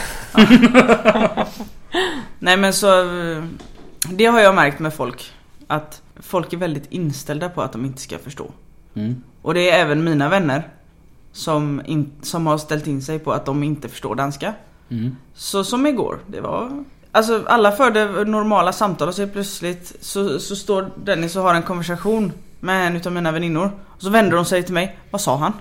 Nej men så det har jag märkt med folk, att folk är väldigt inställda på att de inte ska förstå. Mm. Och det är även mina vänner som, in, som har ställt in sig på att de inte förstår danska. Mm. Så som igår, det var, alltså alla förde normala samtal och så plötsligt så, så står Dennis och har en konversation med en utav mina väninnor. Och så vänder de sig till mig, vad sa han?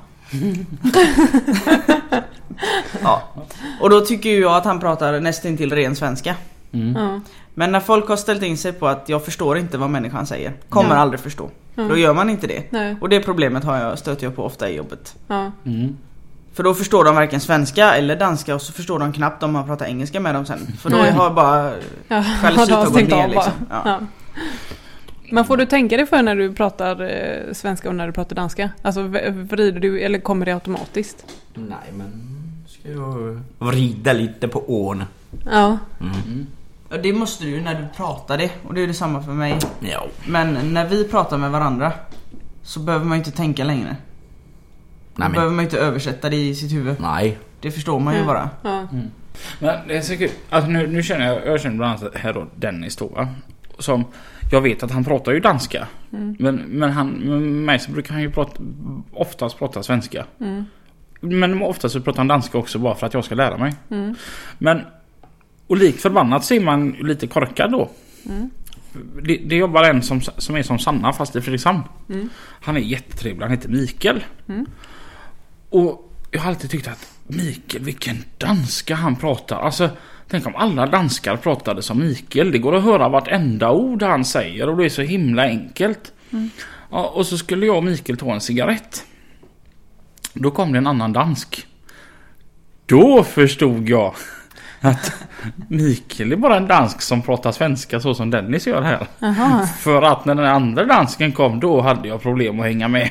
Ja. Och då tycker jag att han pratar nästan till ren svenska. Mm. Mm. Men när folk har ställt in sig på att jag förstår inte vad människan säger, kommer mm. aldrig förstå. Mm. Då gör man inte det. Nej. Och det problemet har jag stött jag på ofta i jobbet. Mm. För då förstår de varken svenska eller danska, och så förstår de knappt om man pratar engelska med dem sen. För då har bara ja, självsyt och gått ner liksom. Ja. Ja. Men får du tänka dig för när du pratar eh, svenska och när du pratar danska? Alltså vrider du eller kommer det automatiskt? Nej, men ska jag vrida lite på ån. Ja. Mm. Ja, det måste du ju när du pratar det. Och det är detsamma för mig. Ja. Men när vi pratar med varandra så behöver man inte tänka längre. Då Nej, men... behöver man inte översätta det i sitt huvud. Nej. Det förstår man ju mm. bara. Ja. Mm. Men det är så kul. Alltså nu, nu känner jag, jag känner bland annat här då Dennis då, va? Som jag vet att han pratar ju danska. Mm. Men, men han, med mig så brukar han ju prata, oftast prata svenska. Mm. Men oftast så pratar han danska också bara för att jag ska lära mig. Mm. Men och likt förbannat så är man lite korkad då. Mm. Det, det jobbar en som, som är som Sanna fast i Fredrikshamn. Mm. Han är jättetrevlig, han heter Mikael. Mm. Och jag har alltid tyckt att Mikael, vilken danska han pratar. Alltså, tänk om alla danskar pratade som Mikael. Det går att höra vartenda ord han säger och det är så himla enkelt. Mm. Ja, och så skulle jag och Mikael ta en cigarett. Då kom det en annan dansk. Då förstod jag att Mikael är bara en dansk som pratar svenska så som Dennis gör här. Aha. För att när den andra dansken kom, då hade jag problem att hänga med.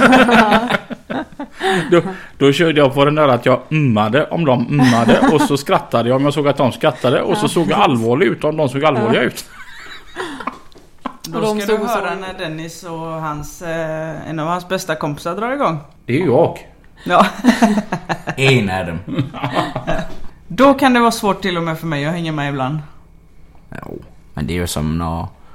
då, då körde jag på den där att jag ummade om de ummade och så skrattade jag om jag såg att de skrattade och så såg jag allvarlig ut om de såg allvarliga ut. Då ska du höra när Dennis och hans, eh, en av hans bästa kompisar drar igång. Det är ju jag. Ja. En är dem. Då kan det vara svårt till och med för mig att hänga med ibland. Jo, men det är ju som när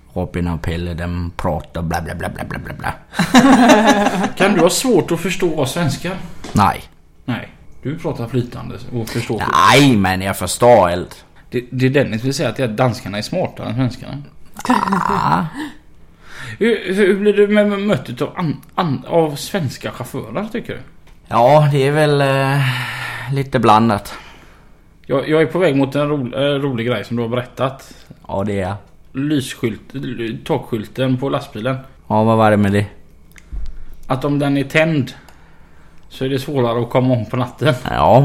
Robin och Pelle, de pratar bla bla bla bla bla bla bla. Kan du ha svårt att förstå svenska? Nej. Nej, du pratar flytande och förstår. Nej, men jag förstår allt. Det, det är Dennis vill säga att danskarna är smartare än svenskarna. Ja. Hur, hur blir du med mötet av, an, an, av svenska chaufförer tycker du? Ja, det är väl eh, lite blandat. Jag, jag är på väg mot en ro, äh, rolig grej som du har berättat. Ja, det är. Lysskylt, takskylten på lastbilen. Ja, vad var det med det? Att om den är tänd så är det svårare att komma om på natten. Ja.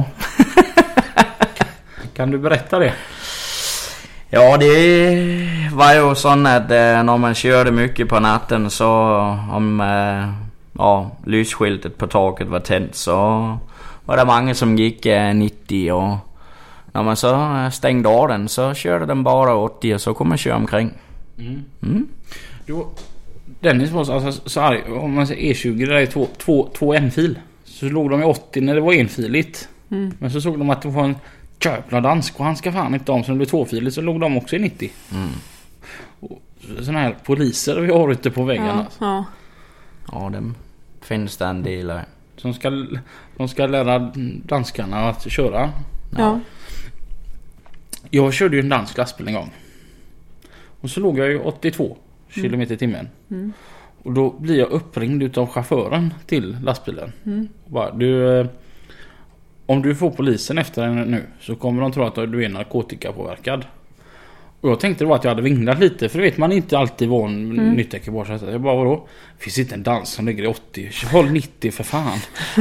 Kan du berätta det? Ja, det var ju så att eh, när man körde mycket på natten så om eh, ja, lysskyltet på taket var tänt så var det många som gick eh, nittio och när man så stängde av den så körde den bara åttio och så kom man köra omkring. Mm. Mm. Då, Dennis var så, alltså, så arg. Om man säger E tjugo, det är två, två, två en-fil. Så låg de i åttio när det var enfiligt. Mm. Men så såg de att det var en köpla dansk och han ska fan inte om som det blev tvåfiligt så låg de också i nittio. Mm. Och såna här poliser vi har ute på väggarna. Ja, alltså. ja. Ja, de finns det en del där. Som ska, de ska lära danskarna att köra. Ja. Ja. Jag körde ju en dansk lastbil en gång. Och så låg jag ju åttiotvå kilometer i timmen. Mm. Och då blir jag uppringd utav chauffören till lastbilen. Mm. Och bara, du, om du får polisen efter den nu så kommer de tro att du är narkotikapåverkad. Och jag tänkte då att jag hade vinglat lite. För det vet man inte alltid vad en mm. nytt ekipage är. Jag bara, vadå? Finns inte en dans som ligger i åttio? Håll nittio för fan.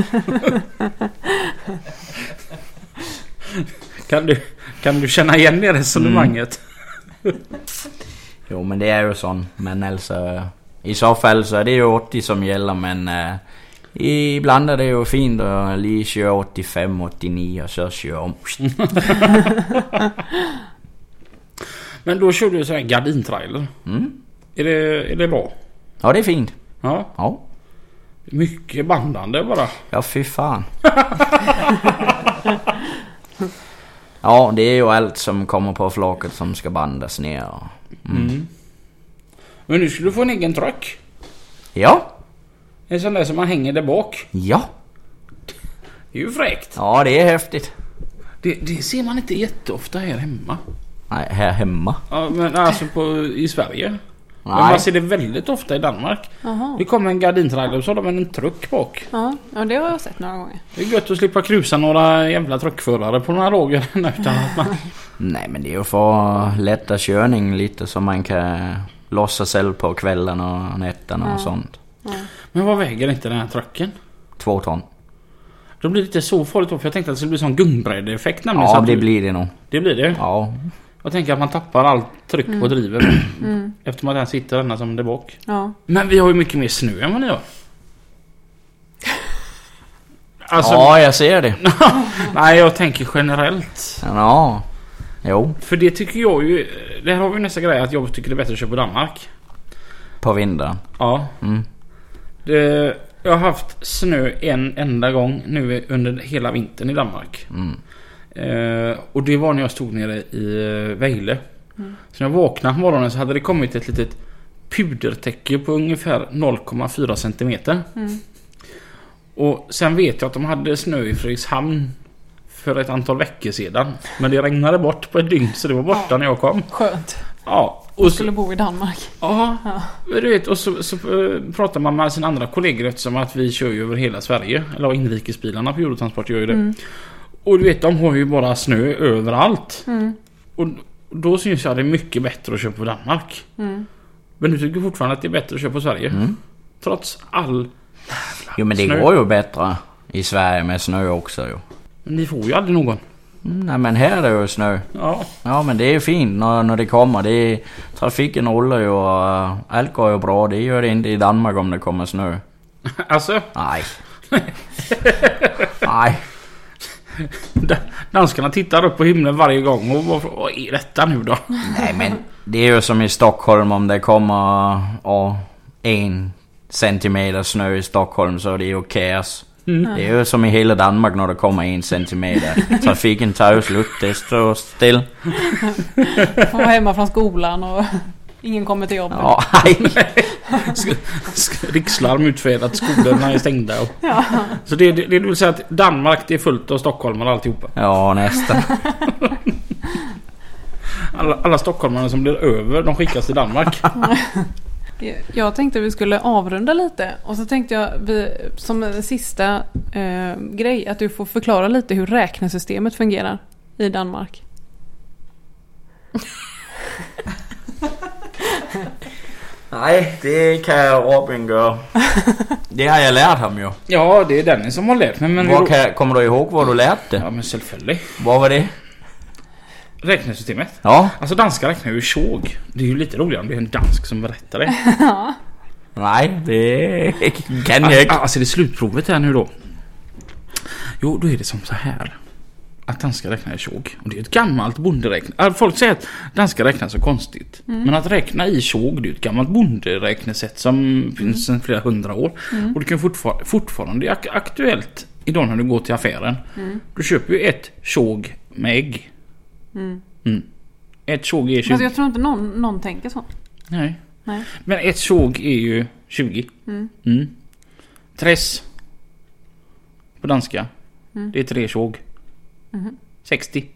Kan du, kan du känna igen det resonemanget? Mm. Jo, men det är ju sån. Men alltså, i så fall så är det ju åttio som gäller. Men uh, ibland är det ju fint att lige köra åttiofem åttionio och så kör om. Men då kör du så här gardintrailer. Mm. Är det, är det bra? Ja, det är fint. Ja. Ja. Mycket bandande bara. Ja, fy fan. Ja, det är ju allt som kommer på flaket som ska bandas ner. Mm. Mm. Men nu skulle du få en egen truck. Ja. En sån där som man hänger där bak. Ja. Det är ju fräckt. Ja, det är häftigt. Det, det ser man inte jätteofta här hemma. Nej, här hemma. Ja, men alltså på, i Sverige. Nej. Men man ser det väldigt ofta i Danmark. Aha. Det kommer en gardintrailer och så har de en truck bak. Ja, ja, det har jag sett några gånger. Det är gött att slippa krusa några jävla truckförare på några råger utan att man... Nej, men det är ju för lätta körning lite som man kan lossa själv på kvällen och nätterna ja. Och sånt. Ja. Men vad väger inte den här trucken? Två ton. Då blir det lite så farligt för jag tänkte att det skulle bli sån gungbrädeffekt nämligen. Ja, så att det du... blir det nog. Det blir det? Ja. Jag tänker att man tappar allt tryck mm. på drivet. Mm. Eftersom att den sitter denna som det bak. Ja. Men vi har ju mycket mer snö än vad ni har. Alltså... Ja, jag ser det. Nej, jag tänker generellt. Ja, jo. För det tycker jag ju... Det har vi nästa grej att jag tycker det är bättre att köpa på Danmark. På vintern? Ja. Mm. Det, jag har haft snö en enda gång nu under hela vintern i Danmark. Mm. Eh, och det var när jag stod nere i uh, Vejle. Mm. Så när jag vaknade på morgonen så hade det kommit ett litet pudertäcke på ungefär noll komma fyra centimeter. Mm. Och sen vet jag att de hade snö i Fredrikshamn för ett antal veckor sedan. Men det regnade bort på ett dygn så det var borta ja. När jag kom. Skönt. Ja. Och skulle bo i Danmark. Ja, ja. Du vet, och så, så uh, pratar man med sina andra kollegor eftersom att vi kör ju över hela Sverige. Eller inrikesbilarna på Eurotransport gör ju det. Mm. Och du vet, de har ju bara snö överallt. Mm. Och då syns jag det är mycket bättre att köpa på Danmark. Mm. Men du tycker fortfarande att det är bättre att köpa på Sverige. Mm. Trots all Jo, men det snö. Går ju bättre i Sverige med snö också ju. Men ni får ju aldrig någon. Mm, nej, men här är det ju snö. Ja. Ja, men det är ju fint när, när det kommer. Det är, trafiken håller ju och uh, allt går ju bra. Det gör det inte i Danmark om det kommer snö. Alltså? Nej. Nej. Danskarna tittar upp på himlen varje gång och vad, vad är detta nu då? Nej, men det är ju som i Stockholm om det kommer uh, en centimeter snö i Stockholm så det är ju kaos. Mm. Det är ju som i hela Danmark när det kommer en centimeter. Trafiken tar ju slut, det står still. Får vara hemma från skolan och... Ingen kommer till jobbet. Ja, nej. Sk- sk- rikslarm utfärdat, skolorna är stängda. Och... Ja. Så det, det, det vill säga att Danmark det är fullt av stockholmare alltihopa. Ja, nästan. Alla, alla stockholmare som blir över, de skickas till Danmark. Jag tänkte vi skulle avrunda lite. Och så tänkte jag vi, som en sista eh, grej att du får förklara lite hur räknesystemet fungerar i Danmark. Nej, det kan Robin göra. Det har jag lärt ham ju. Ja, det är den som har lärt mig. Men Vad kan, kommer du ihåg vad du lärt det? Ja, men självföljd. Vad var det? Räknesystemet. Ja. Alltså danska räknar ju tjog. Det är ju lite roligare om det är en dansk som berättar det. Nej, det kan jag inte. Alltså det är slutprovet här nu då. Jo, då är det som så här. Att danska räknar är tjog. Och det är ett gammalt bonderäkne. Folk säger att danska räknar så konstigt. Mm. Men att räkna i tjog, det är ett gammalt bonderäknesätt som mm. finns sedan flera hundra år. Mm. Och det kan fortfar- fortfarande är aktuellt idag när du går till affären. Mm. Du köper ju ett tjog med ägg. Mm. Mm. Ett tjog är tjugo. Alltså jag tror inte någon, någon tänker så. Nej. Nej. Men ett tjog är ju tjugo. Mm. Mm. Tres på danska. Mm. Det är tre tjog. Mm. sextio.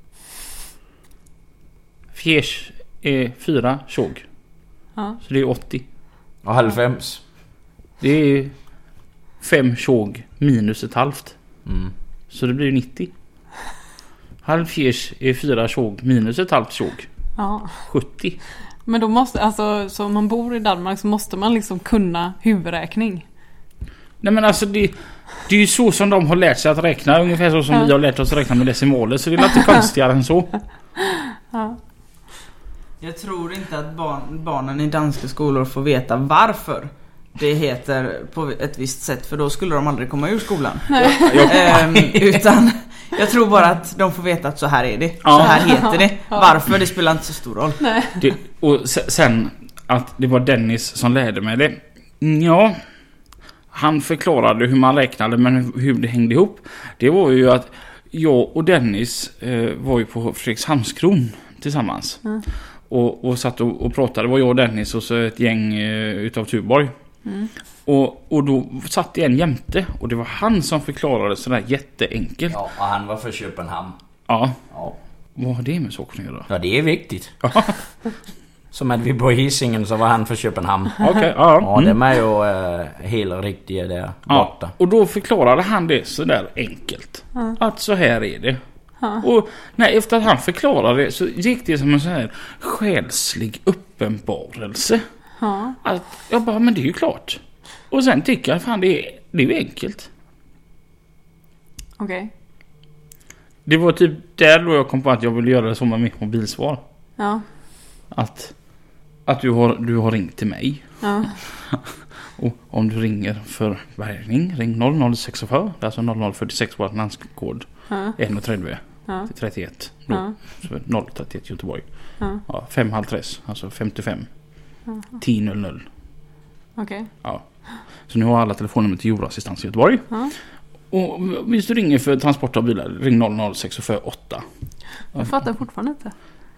Fjärs är fyra tjog. Ja. Så det är åttio. Och halvfems. Det är fem tjog minus ett halvt. Mm. Så det blir nittio. Halvfjärs är fyra tjog minus ett halvt tjog. Ja. sjuttio. Men då måste, alltså, så om man bor i Danmark så måste man liksom kunna huvudräkning. Nej men alltså det, det är ju så som de har lärt sig att räkna. Ungefär så som ja. vi har lärt oss att räkna med decimaler. Så det är lite konstigare än så. Ja. Jag tror inte att barn, barnen i danska skolor får veta varför det heter på ett visst sätt. För då skulle de aldrig komma ur skolan. ehm, utan jag tror bara att de får veta att så här är det. Ja. Så här heter det. Varför, det spelar inte så stor roll. Nej. Det, och sen att det var Dennis som lärde mig det. Ja, han förklarade hur man räknade, men hur det hängde ihop. Det var ju att jag och Dennis eh, var ju på Fredrikshamnskron tillsammans. Mm. Och, och satt och, och pratade. Det var jag och Dennis och så ett gäng eh, utav Tuborg. Mm. Och, och då satt det en jämte. Och det var han som förklarade sådär jätteenkelt. Ja, och han var för Köpenhamn. Ja. Ja. Vad har det med saker att göra? Ja, det är viktigt. Som att vi på Hisingen så var han för Köpenhamn. Okej, okay, ja. Ja, det är ju äh, helt riktiga där borta. Ja, och då förklarade han det sådär enkelt. Ja. Att så här är det. Ja. Och nej, efter att han förklarade det så gick det som en sån här själslig uppenbarelse. Ja. Att jag bara, men det är ju klart. Och sen tycker jag, fan det är, det är ju enkelt. Okej. Okay. Det var typ där då jag kom på att jag ville göra det som med mitt mobilsvar. Ja. Att, att du, har, du har ringt till mig. Ja. Och om du ringer för bärgning, ring noll noll sex fyra. Det är alltså noll noll fyrtiosex vårt landskod. Ja. ett trettio ja. till trettioett. Då, ja. Så noll trettioett Göteborg. Ja. Ja, fem halv tre, alltså femtiofem. Ja. tio noll noll. Okej. Okay. Ja. Så nu har alla telefonnummer till jordassistans i Göteborg. Ja. Och hvis du ringer för transport av bilar, ring noll noll sex fyra åtta. Jag fattar fortfarande inte.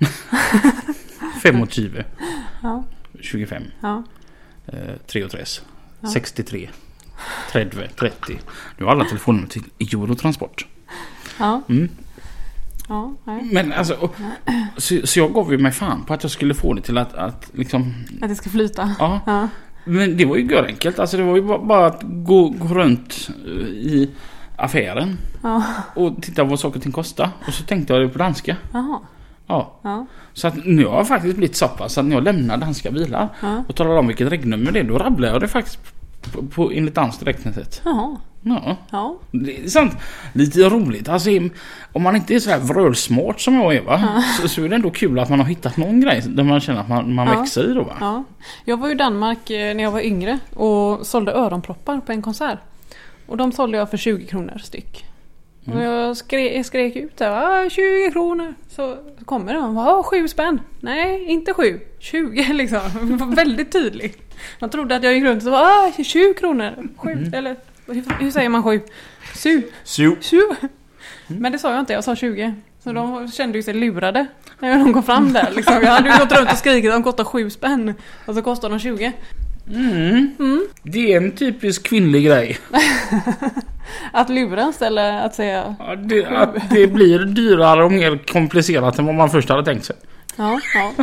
fem tjugo. Ja. tjugofem. Ja. Eh, tre tre. Ja. sextiotre. trettio. trettio. Nu har alla telefonnummer till Eurotransport. Ja. Mm. Ja, nej. Men alltså, och, så, så jag gav ju mig fan på att jag skulle få det till att, att liksom... Att det ska flyta. Ja. Ja. Men det var ju gör enkelt. Alltså det var ju bara, bara att gå, gå runt i affären. Ja. Och titta vad saker och ting kostar. Och så tänkte jag det på danska. Jaha. Ja. Ja. Så att nu har jag faktiskt blivit så pass att när jag lämnar danska bilar ja. och talar om vilket regnummer det är, då rabblar jag det faktiskt på, på enligt danskt räknesätt. Jaha. Ja. Ja. Det är sant. Lite roligt. Alltså, om man inte är så här vrölsmart som jag är, va? Ja. Så, så är det ändå kul att man har hittat någon grej där man känner att man, man ja. växer i då, va? Ja. Jag var i Danmark när jag var yngre och sålde öronproppar på en konsert. Och de sålde jag för tjugo kronor styck. Mm. Och jag skrek, jag skrek ut där, tjugo kronor. Så kommer de, ja, sju spänn. Nej, inte sju, tjugo liksom. Det var väldigt tydligt. Man trodde att jag gick runt och så var, ah, tjugo kronor. Sju, mm. eller hur, hur säger man sju? Su. Su. Su. Mm. Men det sa jag inte, jag sa tjugo. Så de kände ju sig lurade när de kom fram där. Liksom. Jag hade ju gått runt och skrikit att de kostar sju spänn. Och så kostar de tjugo. Mm. Mm. Det är en typisk kvinnlig grej. Att luras eller att säga... Ja, det, att det blir dyrare och mer komplicerat än vad man först hade tänkt sig. Ja, ja.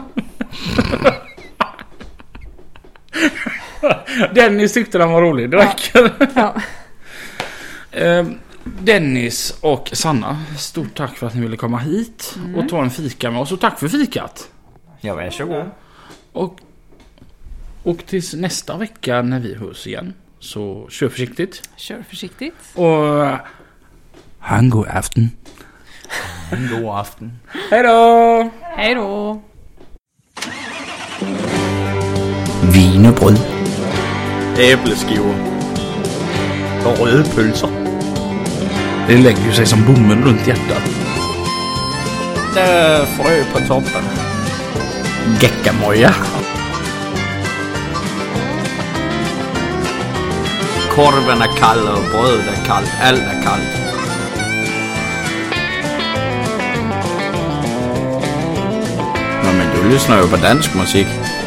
Dennis tyckte den var rolig. Det räcker. Ja. Ja. Dennis och Sanna, stort tack för att ni ville komma hit mm. och ta en fika med oss. Och tack för fikat. Ja, varsågod. Och, och tills nästa vecka när vi hörs igen, så kör försiktigt. Kör försiktigt. Och ha en god afton. En god afton. Hej då! Hej då! Wienerbröd. Äppelskivor. Och rödpölser. Det lägger ju sig som bomull runt hjärtat. Det är frö på toppen. Geckamoja. Korven är kall och bröd är kallt. Allt är kallt. Ja, men du lyssnar ju på dansk musik.